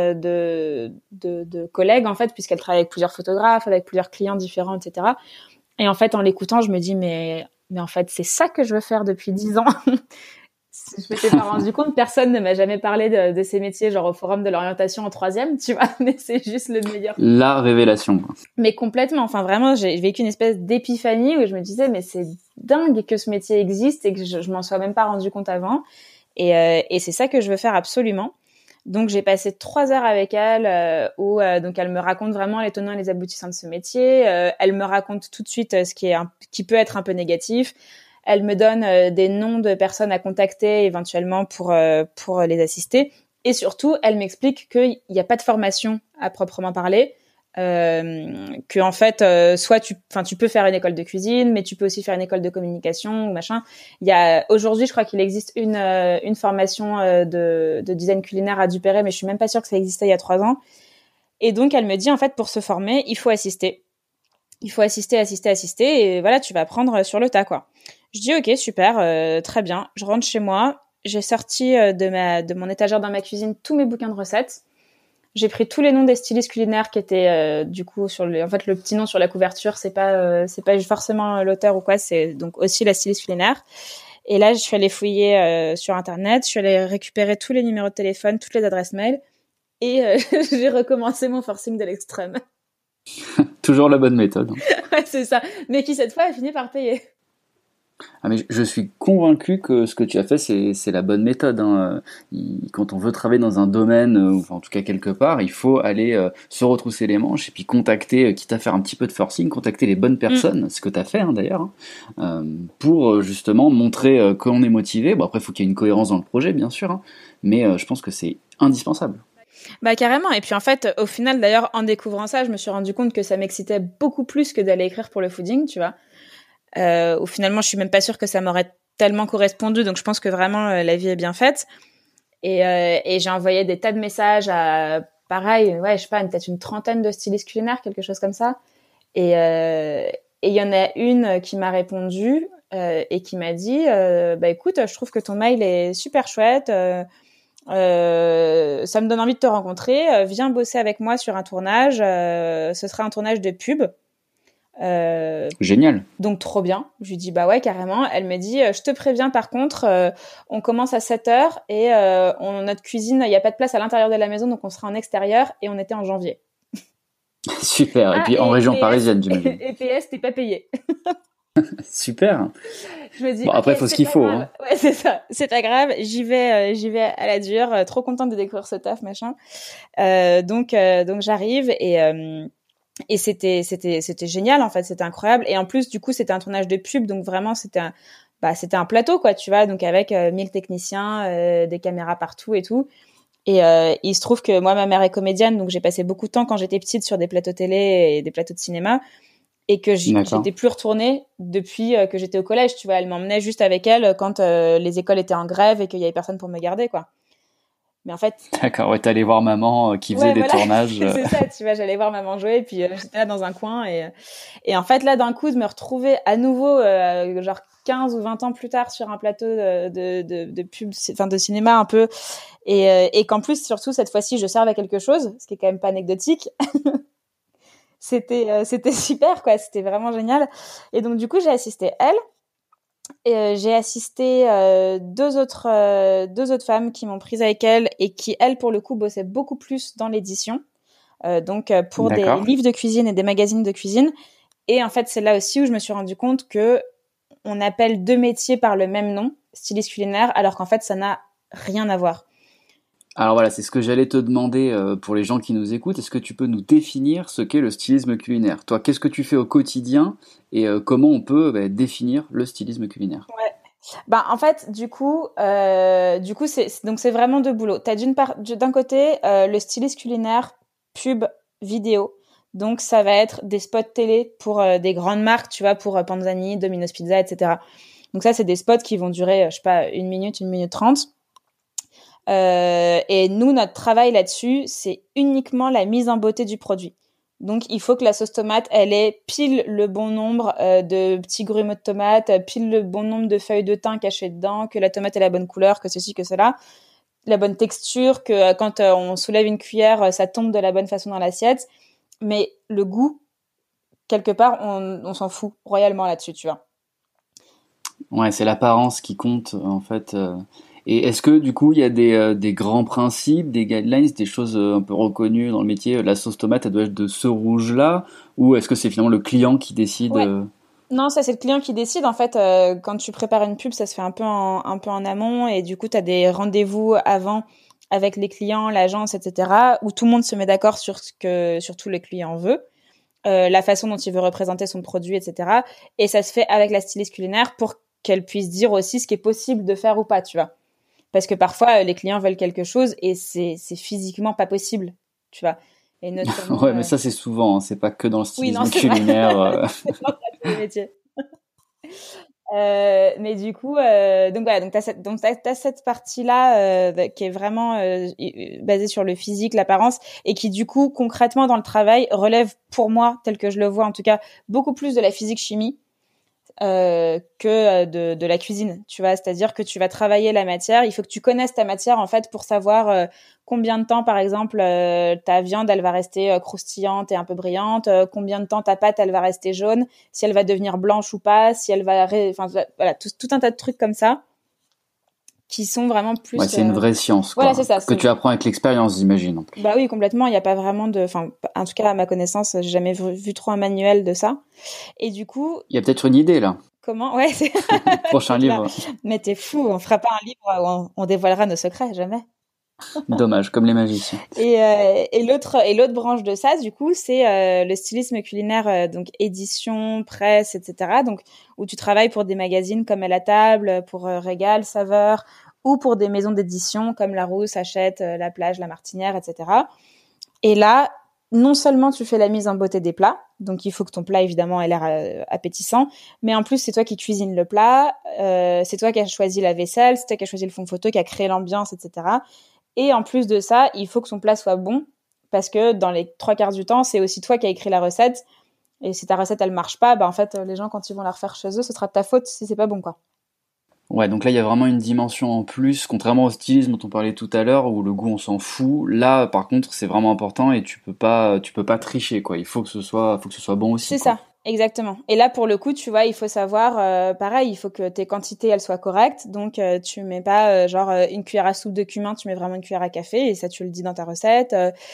de collègues en fait puisqu'elle travaille avec plusieurs photographes, avec plusieurs clients différents, etc. Et en fait en l'écoutant je me dis mais en fait c'est ça que je veux faire depuis 10 ans. Je m'étais pas rendu compte, personne ne m'a jamais parlé de ces métiers, genre au forum de l'orientation en troisième, tu vois, mais c'est juste le meilleur. La révélation. Mais complètement, enfin vraiment, j'ai vécu une espèce d'épiphanie où je me disais, mais c'est dingue que ce métier existe et que je m'en sois même pas rendu compte avant. Et c'est ça que je veux faire absolument. Donc j'ai passé 3 heures avec elle où donc elle me raconte vraiment les tenants et les aboutissants de ce métier. Elle me raconte tout de suite ce qui peut être un peu négatif. Elle me donne des noms de personnes à contacter éventuellement pour les assister. Et surtout, elle m'explique qu'il n'y a pas de formation à proprement parler. Que en fait, soit tu peux faire une école de cuisine, mais tu peux aussi faire une école de communication ou machin. Aujourd'hui, je crois qu'il existe une formation de design culinaire à Duperré, mais je suis même pas sûre que ça existait il y a 3 ans. Et donc, elle me dit en fait, pour se former, il faut assister. Il faut assister, et voilà, tu vas apprendre sur le tas, quoi. Je dis ok, super, très bien. Je rentre chez moi, j'ai sorti de mon étagère dans ma cuisine tous mes bouquins de recettes. J'ai pris tous les noms des stylistes culinaires qui étaient du coup en fait le petit nom sur la couverture, c'est pas forcément l'auteur ou quoi, c'est donc aussi la styliste culinaire. Et là, je suis allée fouiller sur internet, je suis allée récupérer tous les numéros de téléphone, toutes les adresses mail et j'ai recommencé mon forcing de l'extrême. Toujours la bonne méthode. Ouais, c'est ça, mais qui cette fois a fini par payer. Ah mais je suis convaincu que ce que tu as fait, c'est la bonne méthode, hein. Quand on veut travailler dans un domaine, ou en tout cas quelque part, il faut aller se retrousser les manches et puis contacter, quitte à faire un petit peu de forcing, contacter les bonnes personnes, ce que tu as fait hein, d'ailleurs, hein, pour justement montrer qu'on est motivé. Bon après, il faut qu'il y ait une cohérence dans le projet, bien sûr, hein, mais je pense que c'est indispensable. Bah carrément, et puis en fait, au final d'ailleurs, en découvrant ça, je me suis rendu compte que ça m'excitait beaucoup plus que d'aller écrire pour le fooding, tu vois. Où finalement je suis même pas sûre que ça m'aurait tellement correspondu, donc je pense que vraiment la vie est bien faite et j'ai envoyé des tas de messages à pareil, ouais, je sais pas, peut-être une trentaine de stylistes culinaires, quelque chose comme ça, et il y en a une qui m'a répondu et qui m'a dit bah écoute, je trouve que ton mail est super chouette, ça me donne envie de te rencontrer, viens bosser avec moi sur un tournage, ce sera un tournage de pub. Génial. Donc trop bien. Je lui dis bah ouais carrément. Elle me dit je te préviens par contre on commence à 7h et notre cuisine, il y a pas de place à l'intérieur de la maison donc on sera en extérieur et on était en janvier. Super. Et puis en région parisienne, j'imagine. Et PS, t'es pas payé. Super. Je me dis bon après faut ce qu'il faut. Hein. Ouais, c'est ça. C'est pas grave. J'y vais à la dure. Trop contente de découvrir ce taf machin. Donc j'arrive et c'était génial en fait, c'était incroyable et en plus du coup c'était un tournage de pub donc vraiment c'était un plateau quoi, tu vois, donc avec 1000 techniciens, des caméras partout et tout. Et il se trouve que moi ma mère est comédienne donc j'ai passé beaucoup de temps quand j'étais petite sur des plateaux télé et des plateaux de cinéma et que j'étais plus retournée depuis que j'étais au collège, tu vois, elle m'emmenait juste avec elle quand les écoles étaient en grève et qu'il y avait personne pour me garder quoi. Mais en fait, d'accord, ouais, t'allais voir maman qui faisait des tournages. C'est ça, tu vois, j'allais voir maman jouer et puis j'étais là dans un coin et en fait là d'un coup de me retrouver à nouveau genre 15 ou 20 ans plus tard sur un plateau de pub, enfin de cinéma un peu et qu'en plus surtout cette fois-ci je servais quelque chose, ce qui est quand même pas anecdotique. C'était super quoi, c'était vraiment génial. Et donc du coup, j'ai assisté elle. Et j'ai assisté deux autres femmes qui m'ont prise avec elles et qui elles pour le coup bossaient beaucoup plus dans l'édition, donc pour des livres de cuisine et des magazines de cuisine. Et en fait c'est là aussi où je me suis rendu compte que on appelle deux métiers par le même nom, styliste culinaire, alors qu'en fait ça n'a rien à voir. Alors voilà, c'est ce que j'allais te demander pour les gens qui nous écoutent. Est-ce que tu peux nous définir ce qu'est le stylisme culinaire ? Toi, qu'est-ce que tu fais au quotidien et comment on peut définir le stylisme culinaire ? Ouais. En fait, du coup, c'est vraiment deux boulots. T'as d'un côté le styliste culinaire, pub, vidéo. Donc ça va être des spots télé pour des grandes marques, tu vois, pour Panzani, Domino's Pizza, etc. Donc ça, c'est des spots qui vont durer, je sais pas, 1 minute 30. Et nous, notre travail là-dessus, c'est uniquement la mise en beauté du produit. Donc, il faut que la sauce tomate, elle ait pile le bon nombre de petits grumeaux de tomates, pile le bon nombre de feuilles de thym cachées dedans, que la tomate ait la bonne couleur, que ceci, que cela, la bonne texture, que quand on soulève une cuillère, ça tombe de la bonne façon dans l'assiette. Mais le goût, quelque part, on s'en fout royalement là-dessus, tu vois. Ouais, c'est l'apparence qui compte, en fait. Et est-ce que du coup il y a des grands principes, des guidelines, des choses un peu reconnues dans le métier? La sauce tomate, elle doit être de ce rouge-là, ou est-ce que c'est finalement le client qui décide? Ouais. Non, ça c'est le client qui décide. En fait, quand tu prépares une pub, ça se fait un peu en amont et du coup tu as des rendez-vous avant avec les clients, l'agence, etc. où tout le monde se met d'accord sur ce que surtout le client veut, la façon dont il veut représenter son produit, etc. Et ça se fait avec la styliste culinaire pour qu'elle puisse dire aussi ce qui est possible de faire ou pas, tu vois. Parce que parfois, les clients veulent quelque chose et c'est physiquement pas possible, tu vois. Et notamment, ouais, mais ça c'est souvent, hein, c'est pas que dans le stylisme culinaire. C'est dans tous les métiers. Mais du coup, donc voilà, donc t'as cette partie-là qui est vraiment basée sur le physique, l'apparence, et qui du coup concrètement dans le travail relève pour moi, tel que je le vois en tout cas, beaucoup plus de la physique-chimie. Que de la cuisine, tu vois, c'est-à-dire que tu vas travailler la matière, il faut que tu connaisses ta matière en fait pour savoir combien de temps par exemple ta viande elle va rester croustillante et un peu brillante, combien de temps ta pâte elle va rester jaune, si elle va devenir blanche ou pas, si elle va voilà, tout un tas de trucs comme ça qui sont vraiment plus ouais, c'est une vraie science quoi, voilà, c'est ça, que tu apprends avec l'expérience, j'imagine. Bah oui, complètement, il y a pas vraiment en tout cas à ma connaissance, j'ai jamais vu trop un manuel de ça. Et du coup, il y a peut-être une idée là. Comment? Ouais, c'est prochain livre. Mais t'es fou, on fera pas un livre où on dévoilera nos secrets, jamais. Dommage, comme les magiciens. Et l'autre branche de ça, du coup, c'est le stylisme culinaire, donc édition, presse, etc. Donc où tu travailles pour des magazines comme À la table, pour Régal, Saveur, ou pour des maisons d'édition comme Larousse, Hachette, La Plage, La Martinière, etc. Et là, non seulement tu fais la mise en beauté des plats, donc il faut que ton plat évidemment ait l'air appétissant, mais en plus c'est toi qui cuisines le plat, c'est toi qui as choisi la vaisselle, c'est toi qui as choisi le fond photo, qui a créé l'ambiance, etc. Et en plus de ça, il faut que son plat soit bon, parce que dans les 3 quarts du temps, c'est aussi toi qui as écrit la recette, Et si ta recette, elle marche pas, en fait, les gens, quand ils vont la refaire chez eux, ce sera de ta faute si c'est pas bon, quoi. Ouais, donc là, il y a vraiment une dimension en plus, contrairement au stylisme dont on parlait tout à l'heure, où le goût, on s'en fout. Là, par contre, c'est vraiment important et tu peux pas tricher, quoi. Faut que ce soit bon aussi, C'est quoi. ça, exactement. Et là, pour le coup, tu vois, il faut savoir, pareil, il faut que tes quantités, elles soient correctes. Donc, tu mets pas, une cuillère à soupe de cumin, tu mets vraiment une cuillère à café, et ça, tu le dis dans ta recette.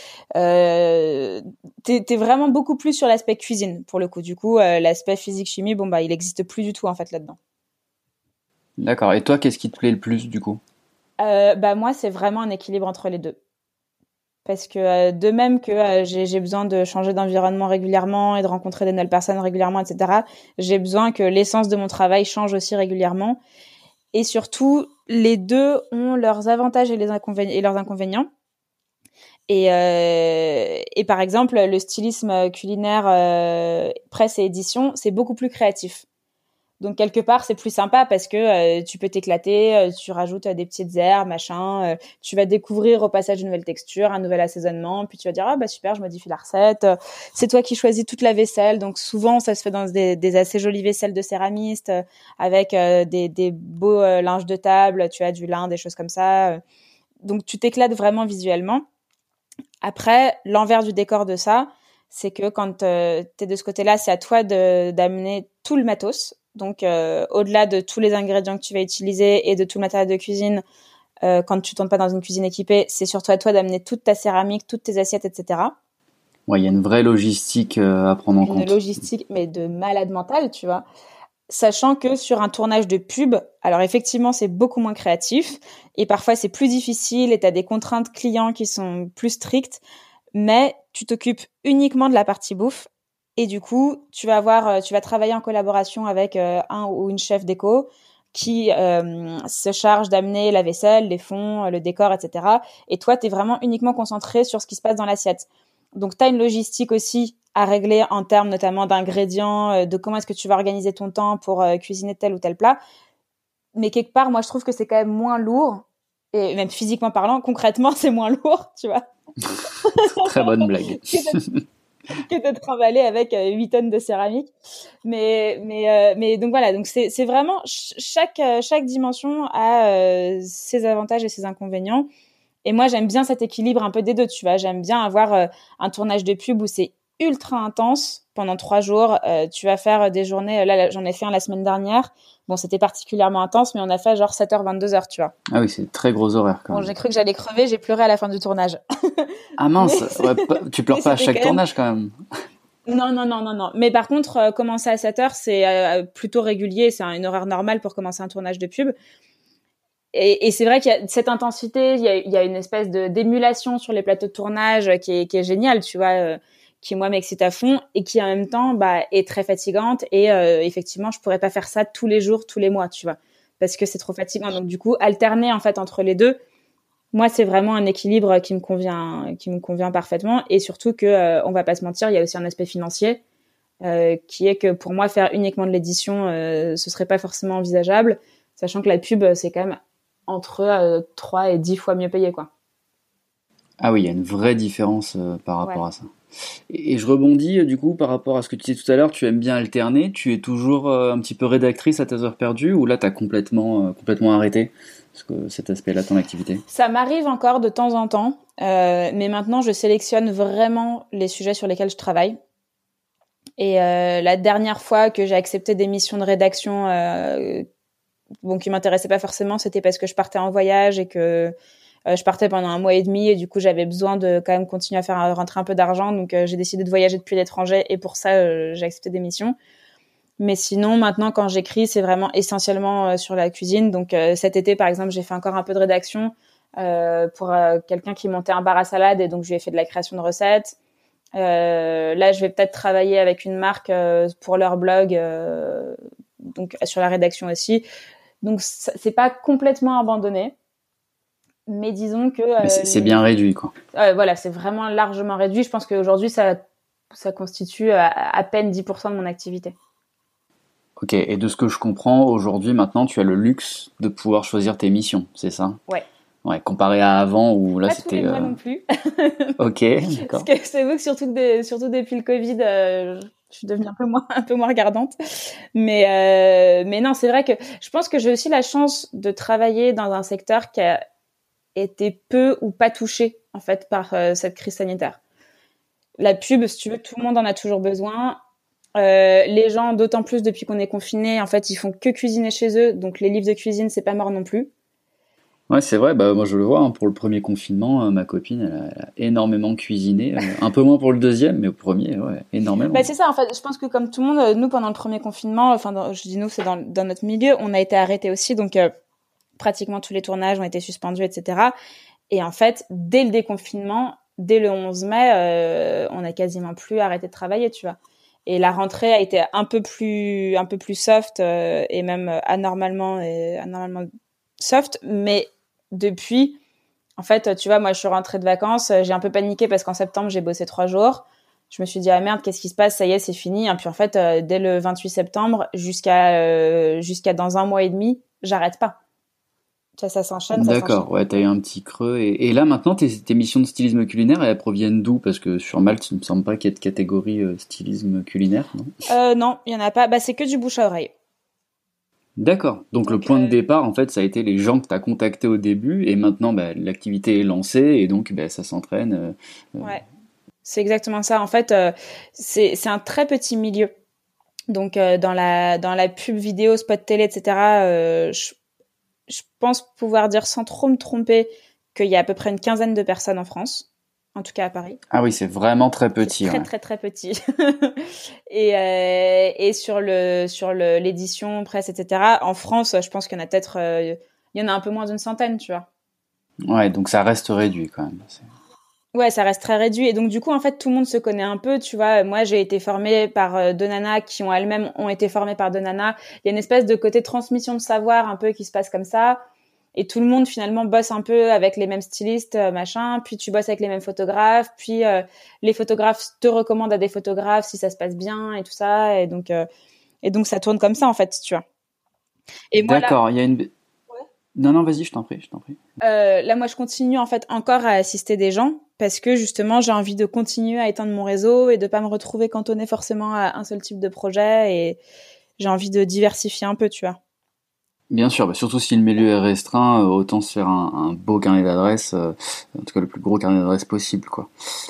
T'es vraiment beaucoup plus sur l'aspect cuisine, pour le coup. Du coup, l'aspect physique-chimie, il existe plus du tout, en fait, là-dedans. D'accord. Et toi, qu'est-ce qui te plaît le plus, du coup? Moi, c'est vraiment un équilibre entre les deux. Parce que de même que j'ai besoin de changer d'environnement régulièrement et de rencontrer des nouvelles personnes régulièrement, etc., j'ai besoin que l'essence de mon travail change aussi régulièrement. Et surtout, les deux ont leurs avantages et, et leurs inconvénients. Et par exemple, le stylisme culinaire, presse et édition, c'est beaucoup plus créatif. Donc quelque part c'est plus sympa parce que tu peux t'éclater, tu rajoutes des petites herbes, machin, tu vas découvrir au passage une nouvelle texture, un nouvel assaisonnement, puis tu vas dire ah bah super, je modifie la recette. C'est toi qui choisis toute la vaisselle, donc souvent ça se fait dans des assez jolies vaisselles de céramistes avec des beaux linges de table, tu as du lin, des choses comme ça. Donc tu t'éclates vraiment visuellement. Après, l'envers du décor de ça, c'est que quand t'es de ce côté-là, c'est à toi d'amener tout le matos. Donc, au-delà de tous les ingrédients que tu vas utiliser et de tout le matériel de cuisine, quand tu tournes pas dans une cuisine équipée, c'est surtout à toi d'amener toute ta céramique, toutes tes assiettes, etc. Ouais, il y a une vraie logistique à prendre en Une compte. logistique, mais de malade mental, tu vois. Sachant que sur un tournage de pub, alors effectivement, c'est beaucoup moins créatif et parfois c'est plus difficile et t'as des contraintes clients qui sont plus strictes, mais tu t'occupes uniquement de la partie bouffe et du coup, tu vas travailler en collaboration avec un ou une chef déco qui se charge d'amener la vaisselle, les fonds, le décor, etc. Et toi, t'es vraiment uniquement concentré sur ce qui se passe dans l'assiette. Donc, t'as une logistique aussi à régler en termes notamment d'ingrédients, de comment est-ce que tu vas organiser ton temps pour cuisiner tel ou tel plat. Mais quelque part, moi, je trouve que c'est quand même moins lourd. Et même physiquement parlant, concrètement, c'est moins lourd, tu vois, Très bonne blague. que de trimballer avec 8 tonnes de céramique. Mais donc voilà, donc c'est vraiment chaque dimension a ses avantages et ses inconvénients. Et moi, j'aime bien cet équilibre un peu des deux, tu vois. J'aime bien avoir un tournage de pub où c'est ultra intense pendant 3 jours. Tu vas faire des journées. Là, j'en ai fait un la semaine dernière. Bon, c'était particulièrement intense, mais on a fait genre 7h, 22h, tu vois. Ah oui, c'est très gros horaire quand Bon, même. j'ai cru que j'allais crever. J'ai pleuré à la fin du tournage. Ah Mais mince, ouais, tu pleures mais pas à c'était chaque quand même... tournage quand même. Non, non, non, non, non. Mais par contre, commencer à 7h, c'est plutôt régulier. C'est une horaire normale pour commencer un tournage de pub. Et c'est vrai qu'il y a cette intensité, il y a une espèce d'émulation sur les plateaux de tournage qui est géniale, tu vois, qui moi m'excite à fond et qui en même temps est très fatigante. Et effectivement, je pourrais pas faire ça tous les jours, tous les mois, tu vois, parce que c'est trop fatigant. Donc du coup, alterner en fait entre les deux, moi c'est vraiment un équilibre qui me convient parfaitement. Et surtout que on va pas se mentir, il y a aussi un aspect financier qui est que pour moi faire uniquement de l'édition, ce serait pas forcément envisageable, sachant que la pub c'est quand même entre 3 et 10 fois mieux payé, quoi. Ah oui, il y a une vraie différence par Ouais. rapport à ça. Et je rebondis du coup par rapport à ce que tu disais tout à l'heure, tu aimes bien alterner, tu es toujours un petit peu rédactrice à tes heures perdues ou là tu as complètement arrêté cet aspect-là de ton activité? Ça m'arrive encore de temps en temps, mais maintenant je sélectionne vraiment les sujets sur lesquels je travaille. Et la dernière fois que j'ai accepté des missions de rédaction qui m'intéressaient pas forcément, c'était parce que je partais en voyage et que je partais pendant 1 mois et demi et du coup j'avais besoin de quand même continuer à faire rentrer un peu d'argent, donc j'ai décidé de voyager depuis l'étranger et pour ça j'ai accepté des missions. Mais sinon maintenant quand j'écris c'est vraiment essentiellement sur la cuisine. Donc cet été par exemple j'ai fait encore un peu de rédaction pour quelqu'un qui montait un bar à salade et donc je lui ai fait de la création de recettes. Là je vais peut-être travailler avec une marque pour leur blog, donc sur la rédaction aussi. Donc c'est pas complètement abandonné. Mais disons que Mais c'est bien réduit quoi. voilà, c'est vraiment largement réduit. Je pense qu'aujourd'hui, ça constitue à peine 10% de mon activité. Ok, et de ce que je comprends, aujourd'hui, maintenant, tu as le luxe de pouvoir choisir tes missions, c'est ça? Ouais. Ouais, comparé à avant où là Pas tous c'était... les mois non plus. Ok, Parce d'accord. que c'est vrai que surtout depuis le Covid, Je suis devenue un peu moins regardante. Mais non, c'est vrai que je pense que j'ai aussi la chance de travailler dans un secteur qui a été peu ou pas touché, en fait, par cette crise sanitaire. La pub, si tu veux, tout le monde en a toujours besoin. Les gens, d'autant plus depuis qu'on est confinés, en fait, ils font que cuisiner chez eux. Donc, les livres de cuisine, c'est pas mort non plus. Ouais, c'est vrai, bah, moi je le vois, hein, pour le premier confinement, ma copine, elle a énormément cuisiné, un peu moins pour le deuxième, mais au premier, ouais, énormément. Bah, c'est ça, en fait, je pense que comme tout le monde, nous, pendant le premier confinement, enfin, je dis nous, c'est dans notre milieu, on a été arrêtés aussi, donc pratiquement tous les tournages ont été suspendus, etc. Et en fait, dès le déconfinement, dès le 11 mai, on a quasiment plus arrêté de travailler, tu vois. Et la rentrée a été un peu plus soft et même anormalement soft, mais depuis, en fait, tu vois, moi, je suis rentrée de vacances, j'ai un peu paniqué parce qu'en septembre, j'ai bossé 3 jours. Je me suis dit, ah merde, qu'est-ce qui se passe? Ça y est, c'est fini. Et puis, en fait, dès le 28 septembre jusqu'à dans 1 mois et demi, j'arrête pas. Ça s'enchaîne, ça s'enchaîne. D'accord, ouais, t'as eu un petit creux. Et là, maintenant, tes missions de stylisme culinaire, elles proviennent d'où? Parce que sur Malte, il me semble pas qu'il y ait de catégorie stylisme culinaire, non? Non, il y en a pas. Bah, c'est que du bouche à oreille. D'accord. Donc le point de départ, en fait, ça a été les gens que tu as contactés au début, et maintenant, bah, l'activité est lancée, et donc bah, ça s'entraîne. Ouais, c'est exactement ça. En fait, c'est un très petit milieu. Donc dans la pub vidéo, spot télé, etc. Je pense pouvoir dire sans trop me tromper qu'il y a à peu près une quinzaine de personnes en France, en tout cas à Paris. Ah oui, c'est vraiment très petit. C'est très Ouais. très très petit. Et sur l'édition presse, etc. En France, je pense qu'il y en a peut-être, il y en a un peu moins d'une centaine, tu vois. Ouais, donc ça reste réduit quand même. Ouais, ça reste très réduit. Et donc, du coup, en fait, tout le monde se connaît un peu. Tu vois, moi, j'ai été formée par deux nanas qui elles-mêmes ont été formées par deux nanas. Il y a une espèce de côté transmission de savoir un peu qui se passe comme ça. Et tout le monde, finalement, bosse un peu avec les mêmes stylistes, machin. Puis, tu bosses avec les mêmes photographes. Puis, les photographes te recommandent à des photographes si ça se passe bien et tout ça. Et donc ça tourne comme ça, en fait, tu vois. Et moi, là, D'accord, il y a une... Non, non, vas-y, je t'en prie. là, moi, je continue en fait encore à assister des gens parce que justement, j'ai envie de continuer à étendre mon réseau et de pas me retrouver cantonnée forcément à un seul type de projet. Et j'ai envie de diversifier un peu, tu vois. Bien sûr, bah, surtout si le milieu est restreint, autant se faire un beau carnet d'adresses, en tout cas le plus gros carnet d'adresses possible, quoi.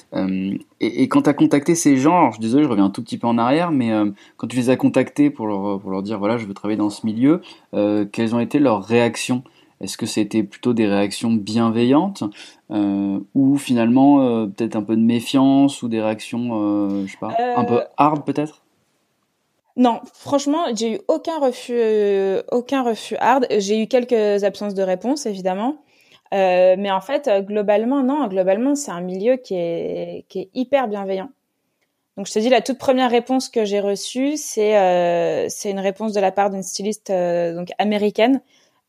Et quand tu as contacté ces gens, alors je suis désolé, je reviens un tout petit peu en arrière, mais quand tu les as contactés pour leur dire, voilà, je veux travailler dans ce milieu, quelles ont été leurs réactions? Est-ce que c'était plutôt des réactions bienveillantes, ou finalement peut-être un peu de méfiance, ou des réactions, je sais pas, un peu hard peut-être? Non, franchement, j'ai eu aucun refus hard. J'ai eu quelques absences de réponse, évidemment. Mais en fait, globalement, non. Globalement, c'est un milieu qui est hyper bienveillant. Donc, je te dis, la toute première réponse que j'ai reçue, c'est une réponse de la part d'une styliste donc américaine.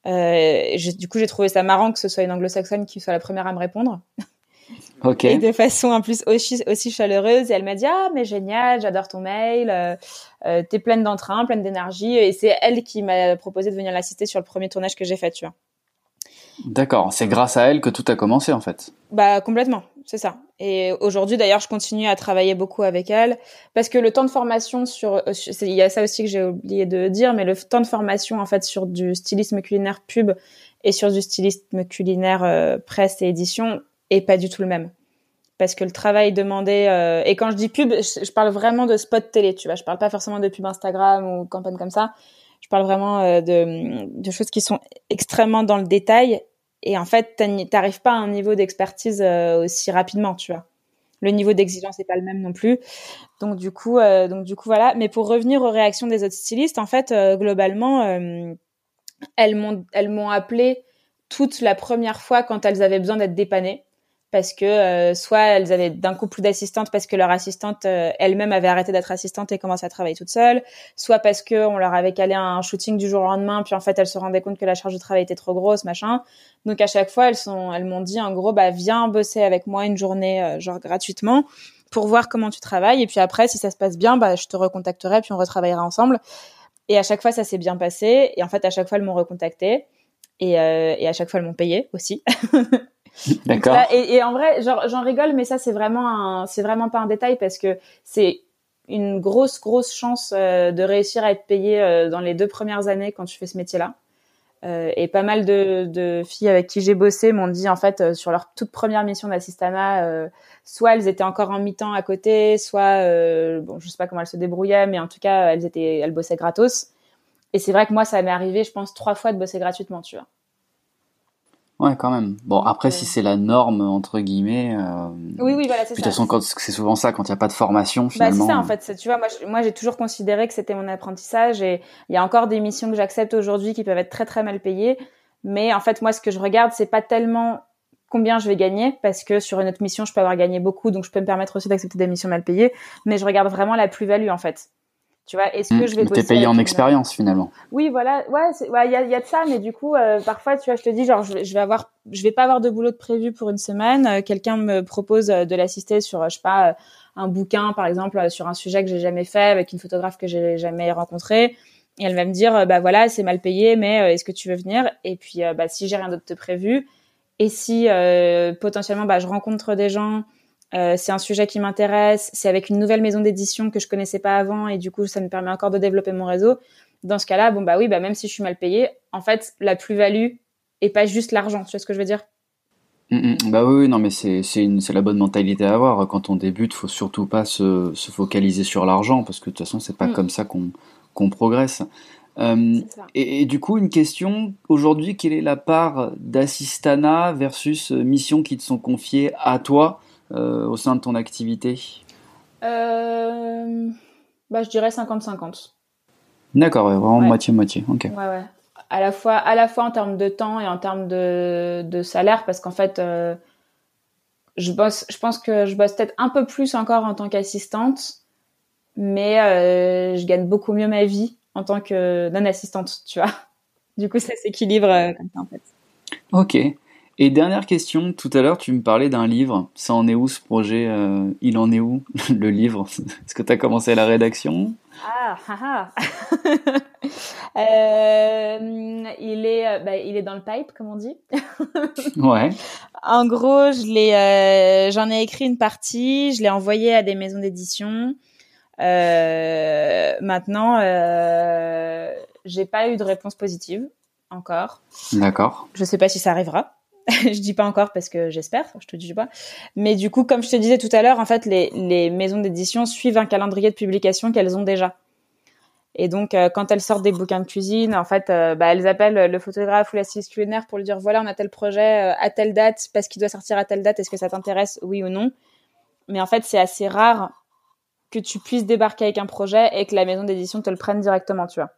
Du coup, j'ai trouvé ça marrant que ce soit une anglo-saxonne qui soit la première à me répondre. Ok. Et de façon en plus aussi chaleureuse. Et elle m'a dit, ah, mais génial, j'adore ton mail, t'es pleine d'entrain, pleine d'énergie. Et c'est elle qui m'a proposé de venir l'assister sur le premier tournage que j'ai fait, tu vois. D'accord, c'est grâce à elle que tout a commencé en fait. Bah, complètement, c'est ça. Et aujourd'hui, d'ailleurs, je continue à travailler beaucoup avec elle parce que le temps de formation il y a ça aussi que j'ai oublié de dire, mais le temps de formation, en fait, sur du stylisme culinaire pub et sur du stylisme culinaire presse et édition est pas du tout le même. Parce que le travail demandé, et quand je dis pub, je parle vraiment de spot télé, tu vois. Je parle pas forcément de pub Instagram ou campagne comme ça. Je parle vraiment de choses qui sont extrêmement dans le détail. Et en fait, t'arrives pas à un niveau d'expertise aussi rapidement, tu vois. Le niveau d'exigence n'est pas le même non plus. Donc du coup, voilà. Mais pour revenir aux réactions des autres stylistes, en fait, globalement, elles m'ont appelé toute la première fois quand elles avaient besoin d'être dépannées. Parce que soit elles avaient d'un coup plus d'assistantes parce que leur assistante elle-même avait arrêté d'être assistante et commençait à travailler toute seule, soit parce que on leur avait calé un shooting du jour au lendemain, puis en fait elles se rendaient compte que la charge de travail était trop grosse, machin. Donc à chaque fois elles m'ont dit en gros, bah viens bosser avec moi une journée genre gratuitement pour voir comment tu travailles, et puis après si ça se passe bien, bah je te recontacterai puis on retravaillera ensemble. Et à chaque fois ça s'est bien passé, et en fait à chaque fois elles m'ont recontacté, et à chaque fois elles m'ont payé aussi. D'accord. Et en vrai, genre, j'en rigole, mais ça, c'est vraiment pas un détail parce que c'est une grosse chance de réussir à être payé dans les 2 premières années quand tu fais ce métier-là. Et pas mal de filles avec qui j'ai bossé m'ont dit en fait sur leur toute première mission d'assistanat, soit elles étaient encore en mi-temps à côté, soit bon je sais pas comment elles se débrouillaient, mais en tout cas elles bossaient gratos. Et c'est vrai que moi ça m'est arrivé, je pense 3 fois de bosser gratuitement, tu vois. Ouais, quand même. Bon, après, si c'est la norme, entre guillemets. Oui, voilà, c'est ça. De toute façon, c'est souvent ça, quand il n'y a pas de formation, finalement. Bah, c'est ça, en fait. Tu vois, moi, j'ai toujours considéré que c'était mon apprentissage et il y a encore des missions que j'accepte aujourd'hui qui peuvent être très, très mal payées. Mais en fait, moi, ce que je regarde, c'est pas tellement combien je vais gagner parce que sur une autre mission, je peux avoir gagné beaucoup, donc je peux me permettre aussi d'accepter des missions mal payées. Mais je regarde vraiment la plus-value, en fait. Tu vois, est-ce que je vais bosser t'es payé en expérience, finalement. Oui, voilà. Ouais, il y a de ça, mais du coup, parfois, tu vois, je te dis, genre, je vais pas avoir de boulot de prévu pour une semaine. Quelqu'un me propose de l'assister sur, je sais pas, un bouquin, par exemple, sur un sujet que j'ai jamais fait avec une photographe que j'ai jamais rencontrée. Et elle va me dire, bah voilà, c'est mal payé, mais est-ce que tu veux venir? Et puis, bah si j'ai rien d'autre de prévu, et si potentiellement, bah je rencontre des gens. C'est un sujet qui m'intéresse, c'est avec une nouvelle maison d'édition que je connaissais pas avant et du coup ça me permet encore de développer mon réseau. Dans ce cas-là, bon bah oui, bah même si je suis mal payée, en fait la plus-value est pas juste l'argent, tu vois ce que je veux dire? Bah oui, non, mais c'est la bonne mentalité à avoir. Quand on débute, faut surtout pas se focaliser sur l'argent, parce que de toute façon, c'est pas comme ça qu'on progresse. C'est ça. Et du coup, une question, aujourd'hui, quelle est la part d'assistanat versus missions qui te sont confiées à toi au sein de ton activité? Bah je dirais 50-50. D'accord, ouais, vraiment Ouais. moitié-moitié, ok. Ouais. À la fois en termes de temps et en termes de salaire, parce qu'en fait, je pense que je bosse peut-être un peu plus encore en tant qu'assistante, mais je gagne beaucoup mieux ma vie en tant que non-assistante, tu vois. Du coup, ça s'équilibre comme ça, en fait. Ok. Et dernière question, tout à l'heure tu me parlais d'un livre. Ça en est où ce projet? Il en est où le livre? Est-ce que tu as commencé la rédaction? Ah. Il est dans le pipe, comme on dit. Ouais. En gros, j'en ai écrit une partie, je l'ai envoyé à des maisons d'édition. Maintenant, j'ai pas eu de réponse positive encore. D'accord. Je sais pas si ça arrivera. Je dis pas encore parce que j'espère, je te dis pas. Mais du coup, comme je te disais tout à l'heure, en fait, les maisons d'édition suivent un calendrier de publication qu'elles ont déjà. Et donc, quand elles sortent des bouquins de cuisine, en fait, elles appellent le photographe ou la styliste culinaire pour lui dire, voilà, on a tel projet à telle date, parce qu'il doit sortir à telle date, est-ce que ça t'intéresse, oui ou non? Mais en fait, c'est assez rare que tu puisses débarquer avec un projet et que la maison d'édition te le prenne directement, tu vois.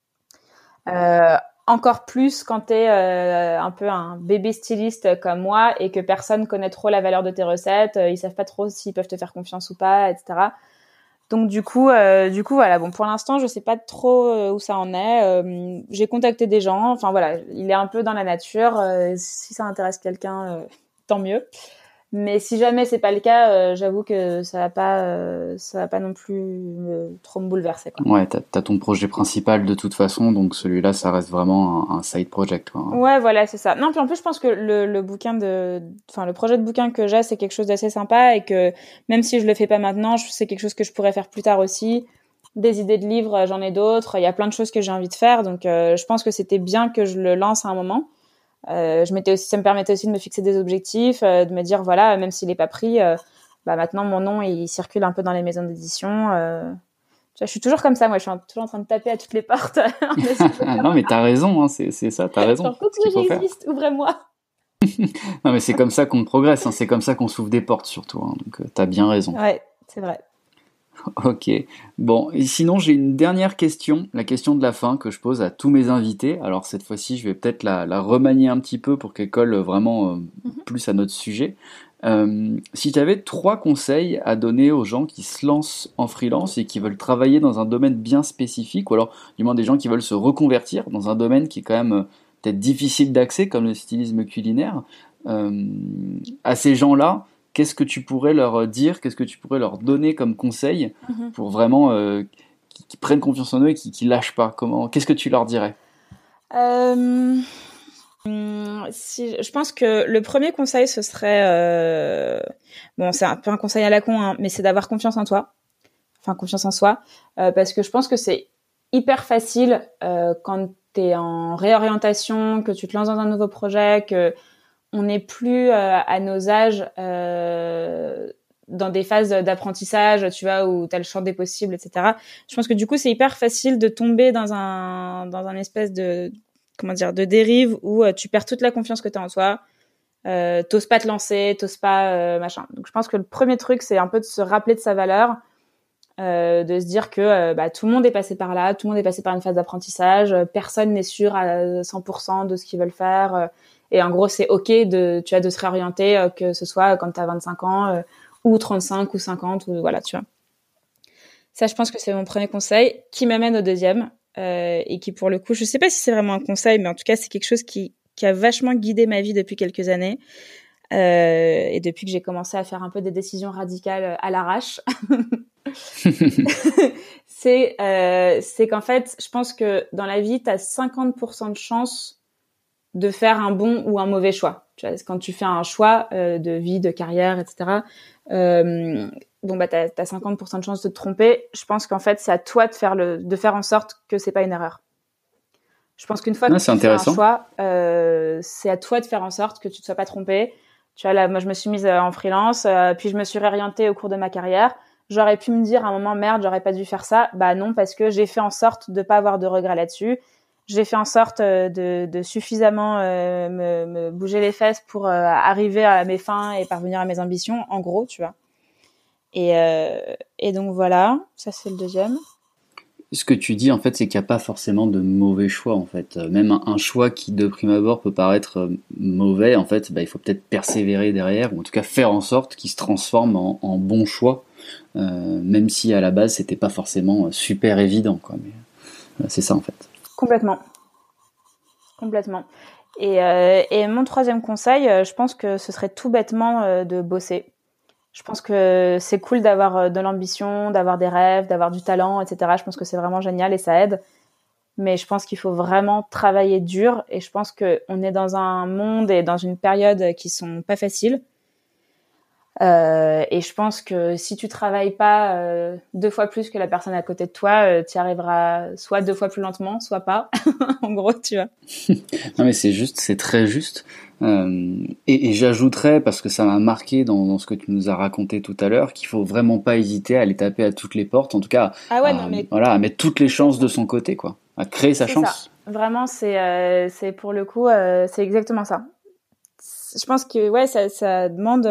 Encore plus quand t'es un peu un bébé styliste comme moi et que personne connaît trop la valeur de tes recettes, ils savent pas trop s'ils peuvent te faire confiance ou pas, etc. Donc du coup voilà. Bon, pour l'instant, je sais pas trop où ça en est. J'ai contacté des gens. Enfin voilà, il est un peu dans la nature. Si ça intéresse quelqu'un, tant mieux. Mais si jamais c'est pas le cas, j'avoue que ça va pas non plus trop me bouleverser, quoi. Ouais, t'as ton projet principal de toute façon, donc celui-là, ça reste vraiment un side project, quoi. Ouais, voilà, c'est ça. Non, puis en plus, je pense que le projet de bouquin que j'ai, c'est quelque chose d'assez sympa et que même si je le fais pas maintenant, c'est quelque chose que je pourrais faire plus tard aussi. Des idées de livres, j'en ai d'autres. Il y a plein de choses que j'ai envie de faire, donc je pense que c'était bien que je le lance à un moment. Ça me permettait aussi de me fixer des objectifs, de me dire voilà, même s'il est pas pris, maintenant mon nom il circule un peu dans les maisons d'édition. Tu vois, je suis toujours comme ça, moi, je suis toujours en train de taper à toutes les portes. Non, mais t'as raison, hein, c'est ça, t'as raison. Genre, coucou, j'existe, ouvrez-moi. Non, mais c'est comme ça qu'on progresse, hein, c'est comme ça qu'on s'ouvre des portes surtout, hein, donc t'as bien raison. Ouais, c'est vrai. Ok. Bon, et sinon j'ai une dernière question, la question de la fin que je pose à tous mes invités. Alors cette fois-ci, je vais peut-être la remanier un petit peu pour qu'elle colle vraiment plus à notre sujet. Si tu avais 3 conseils à donner aux gens qui se lancent en freelance et qui veulent travailler dans un domaine bien spécifique, ou alors du moins des gens qui veulent se reconvertir dans un domaine qui est quand même peut-être difficile d'accès, comme le stylisme culinaire, à ces gens-là, qu'est-ce que tu pourrais leur dire, qu'est-ce que tu pourrais leur donner comme conseil pour vraiment qu'ils prennent confiance en eux et qu'ils lâchent pas? Qu'est-ce que tu leur dirais? Je pense que le premier conseil, ce serait... Bon, c'est un peu un conseil à la con, hein, mais c'est d'avoir confiance en toi. enfin confiance en soi, parce que je pense que c'est hyper facile quand t'es en réorientation, que tu te lances dans un nouveau projet, que on n'est plus à nos âges dans des phases d'apprentissage, tu vois, où t'as le champ des possibles, etc. Je pense que du coup, c'est hyper facile de tomber dans un espèce de, comment dire, de dérive où tu perds toute la confiance que t'as en toi, t'oses pas te lancer, t'oses pas machin. Donc, je pense que le premier truc, c'est un peu de se rappeler de sa valeur, de se dire que tout le monde est passé par là, tout le monde est passé par une phase d'apprentissage, personne n'est sûr à 100% de ce qu'ils veulent faire. Et en gros, c'est OK de se réorienter, que ce soit quand tu as 25 ans ou 35 ou 50 ou voilà, tu vois. Ça, je pense que c'est mon premier conseil qui m'amène au deuxième et qui, pour le coup, je sais pas si c'est vraiment un conseil, mais en tout cas, c'est quelque chose qui a vachement guidé ma vie depuis quelques années et depuis que j'ai commencé à faire un peu des décisions radicales à l'arrache. c'est qu'en fait, je pense que dans la vie, tu as 50% de chance de faire un bon ou un mauvais choix. Tu vois, quand tu fais un choix de vie, de carrière, etc., t'as 50% de chance de te tromper. Je pense qu'en fait, c'est à toi de faire en sorte que c'est pas une erreur. Je pense qu'une fois que tu fais un choix, c'est à toi de faire en sorte que tu te sois pas trompé. Tu vois, là, moi, je me suis mise en freelance, puis je me suis réorientée au cours de ma carrière. J'aurais pu me dire à un moment, merde, j'aurais pas dû faire ça. Bah non, parce que j'ai fait en sorte de pas avoir de regrets là-dessus. J'ai fait en sorte de suffisamment me bouger les fesses pour arriver à mes fins et parvenir à mes ambitions, en gros, tu vois. Et donc voilà, ça c'est le deuxième. Ce que tu dis, en fait, c'est qu'il n'y a pas forcément de mauvais choix, en fait. Même un choix qui, de prime abord, peut paraître mauvais, en fait, il faut peut-être persévérer derrière, ou en tout cas faire en sorte qu'il se transforme en bon choix, même si à la base, c'était pas forcément super évident, quoi. Mais c'est ça, en fait. Complètement. Et mon troisième conseil, je pense que ce serait tout bêtement de bosser. Je pense que c'est cool d'avoir de l'ambition, d'avoir des rêves, d'avoir du talent, etc. Je pense que c'est vraiment génial et ça aide. Mais je pense qu'il faut vraiment travailler dur. Et je pense qu'on est dans un monde et dans une période qui sont pas faciles. Et je pense que si tu travailles pas 2 fois plus que la personne à côté de toi, tu y arriveras soit 2 fois plus lentement, soit pas. En gros, tu vois. Non mais c'est juste, c'est très juste. Et j'ajouterais, parce que ça m'a marqué dans ce que tu nous as raconté tout à l'heure, qu'il faut vraiment pas hésiter à aller taper à toutes les portes, en tout cas à mettre toutes les chances de son côté, quoi, à créer sa chance. Ça. Vraiment, c'est pour le coup, c'est exactement ça. Je pense que ça demande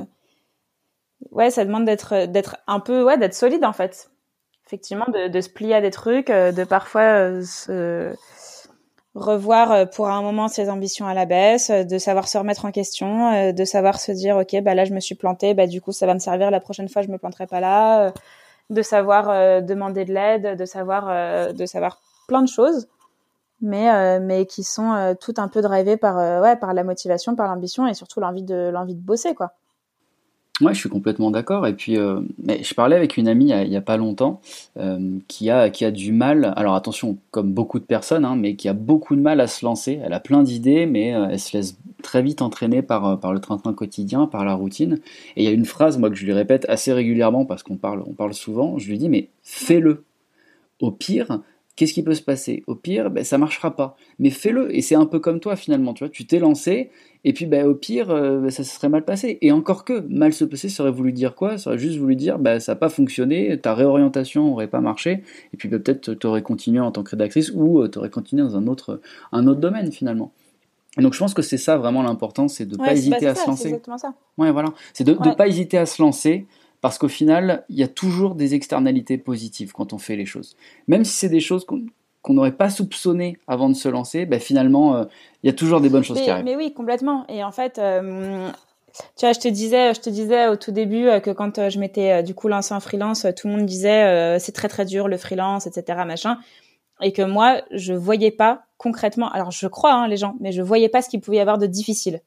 ça demande d'être un peu d'être solide en fait. Effectivement, de se plier à des trucs, de parfois se revoir pour un moment ses ambitions à la baisse, de savoir se remettre en question, de savoir se dire ok là je me suis plantée, du coup ça va me servir la prochaine fois je me planterai pas là, de savoir demander de l'aide, de savoir plein de choses, mais qui sont toutes un peu drivées par la motivation, par l'ambition et surtout l'envie de bosser quoi. Ouais, je suis complètement d'accord. Et puis, mais je parlais avec une amie il y a pas longtemps qui a du mal. Alors attention, comme beaucoup de personnes, hein, mais qui a beaucoup de mal à se lancer. Elle a plein d'idées, mais elle se laisse très vite entraîner par le train-train quotidien, par la routine. Et il y a une phrase, moi, que je lui répète assez régulièrement parce qu'on parle souvent. Je lui dis, mais fais-le. Au pire, qu'est-ce qui peut se passer? Au pire, ça marchera pas. Mais fais-le. Et c'est un peu comme toi finalement, tu vois. Tu t'es lancé, et puis au pire, ça se serait mal passé. Et encore que, mal se passer, ça aurait voulu dire quoi? Ça aurait juste voulu dire, ça n'a pas fonctionné, ta réorientation aurait pas marché, et puis peut-être tu aurais continué en tant que rédactrice, ou tu aurais continué dans un autre domaine finalement. Et donc je pense que c'est ça vraiment l'important, c'est de pas hésiter à se lancer. C'est exactement ça. Ouais, voilà. C'est de pas hésiter à se lancer, parce qu'au final, il y a toujours des externalités positives quand on fait les choses. Même si c'est des choses qu'on n'aurait pas soupçonnées avant de se lancer, finalement, il y a toujours des bonnes choses qui arrivent. Mais oui, complètement. Et en fait, tu vois, je te disais au tout début que quand je m'étais du coup lancée en freelance, tout le monde disait c'est très très dur le freelance, etc. machin. Et que moi, je voyais pas concrètement. Alors, je crois les gens, mais je voyais pas ce qu'il pouvait y avoir de difficile.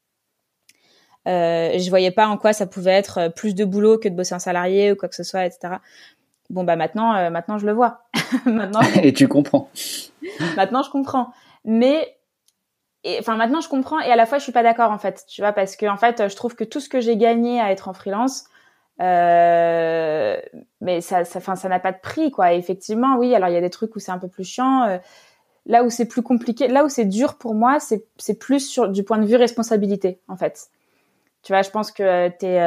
Je voyais pas en quoi ça pouvait être plus de boulot que de bosser en salarié ou quoi que ce soit, etc. Bon maintenant je le vois. Et tu comprends. Maintenant je comprends. Maintenant je comprends et à la fois je suis pas d'accord en fait. Tu vois, parce que en fait je trouve que tout ce que j'ai gagné à être en freelance, Mais ça n'a pas de prix, quoi. Et effectivement, oui. Alors il y a des trucs où c'est un peu plus chiant. Là où c'est plus compliqué, là où c'est dur pour moi, c'est plus du point de vue responsabilité, en fait. Tu vois, je pense que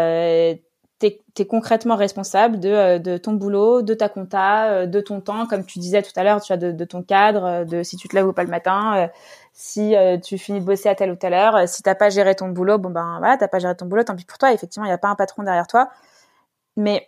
t'es concrètement responsable de ton boulot, de ta compta, de ton temps, comme tu disais tout à l'heure, tu vois, de ton cadre, de si tu te lèves ou pas le matin, si tu finis de bosser à telle ou telle heure, si t'as pas géré ton boulot, bon ben voilà, t'as pas géré ton boulot, tant pis pour toi. Effectivement, il y a pas un patron derrière toi, mais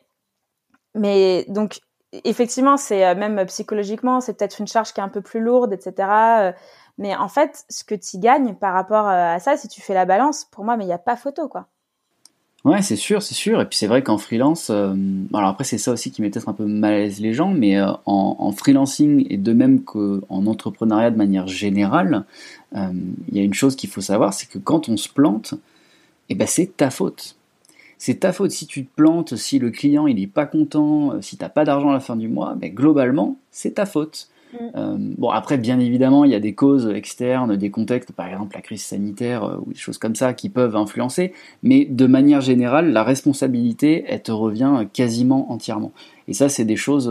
donc effectivement, c'est même psychologiquement, c'est peut-être une charge qui est un peu plus lourde, etc. Mais en fait, ce que tu gagnes par rapport à ça, si tu fais la balance, pour moi, mais il y a pas photo, quoi. Ouais, c'est sûr, c'est sûr. Et puis c'est vrai qu'en freelance, alors après c'est ça aussi qui met peut-être un peu mal à l'aise les gens, mais en freelancing et de même qu'en entrepreneuriat de manière générale, il y a une chose qu'il faut savoir, c'est que quand on se plante, eh ben c'est ta faute. C'est ta faute si tu te plantes, si le client il est pas content, si t'as pas d'argent à la fin du mois, ben globalement c'est ta faute. Bon après bien évidemment il y a des causes externes, des contextes, par exemple la crise sanitaire ou des choses comme ça qui peuvent influencer, mais de manière générale la responsabilité elle te revient quasiment entièrement. Et ça c'est des choses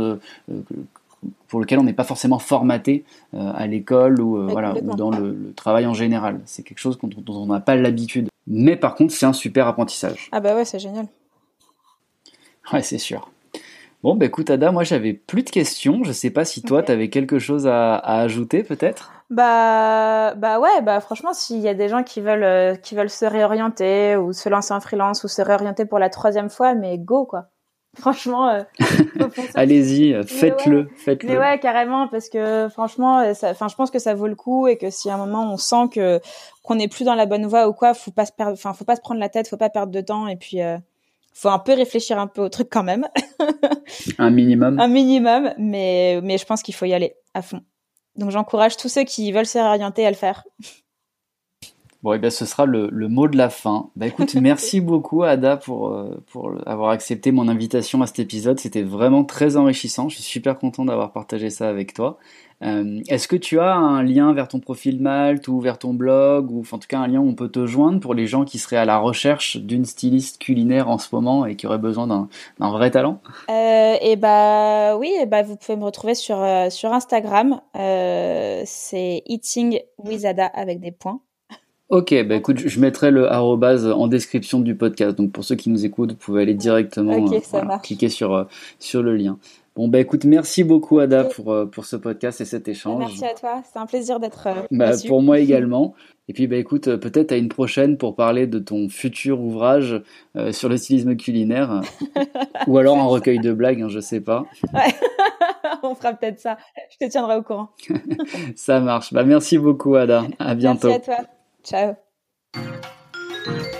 pour lesquelles on n'est pas forcément formaté à l'école ou, voilà, ou dans le travail en général. C'est quelque chose dont on n'a pas l'habitude. Mais par contre c'est un super apprentissage. Ah bah ouais, c'est génial. Ouais, c'est sûr. Bon, bah écoute, Ada, moi j'avais plus de questions. Je sais pas si toi, Okay. t'avais quelque chose à ajouter, peut-être? Bah ouais, bah franchement, s'il y a des gens qui veulent se réorienter ou se lancer en freelance ou se réorienter pour la 3e fois, mais go, quoi. Franchement, faut foncer. Allez-y, Mais ouais, faites-le, mais faites-le. ouais, carrément, parce que franchement, je pense que ça vaut le coup et que si à un moment on sent qu'on n'est plus dans la bonne voie ou quoi, faut pas se prendre la tête, faut pas perdre de temps et puis faut un peu réfléchir un peu au truc quand même, Un minimum. un minimum, mais je pense qu'il faut y aller à fond. Donc j'encourage tous ceux qui veulent se réorienter à le faire. Bon, et bien ce sera le mot de la fin. Bah écoute, merci beaucoup, Ada, pour avoir accepté mon invitation à cet épisode. C'était vraiment très enrichissant. Je suis super content d'avoir partagé ça avec toi. Est-ce que tu as un lien vers ton profil Malte ou vers ton blog, ou enfin, en tout cas un lien où on peut te joindre pour les gens qui seraient à la recherche d'une styliste culinaire en ce moment et qui auraient besoin d'un vrai talent? Et bah oui, et bah vous pouvez me retrouver sur Instagram. C'est Eating with Ada avec des points. Ok, bah écoute, je mettrai le arrobase en description du podcast. Donc pour ceux qui nous écoutent, vous pouvez aller directement Ok, ça voilà, marche. cliquer sur le lien. Bon, bah écoute, merci beaucoup Ada Ok. pour ce podcast et cet échange. Merci à toi. C'est un plaisir d'être Bah, reçu. pour moi également. Et puis bah écoute, peut-être à une prochaine pour parler de ton futur ouvrage sur le stylisme culinaire. Ou alors un C'est ça. recueil de blagues, hein, je sais pas. Ouais. On fera peut-être ça. Je te tiendrai au courant. Ça marche. Bah merci beaucoup Ada. À Merci à bientôt. toi. Ciao.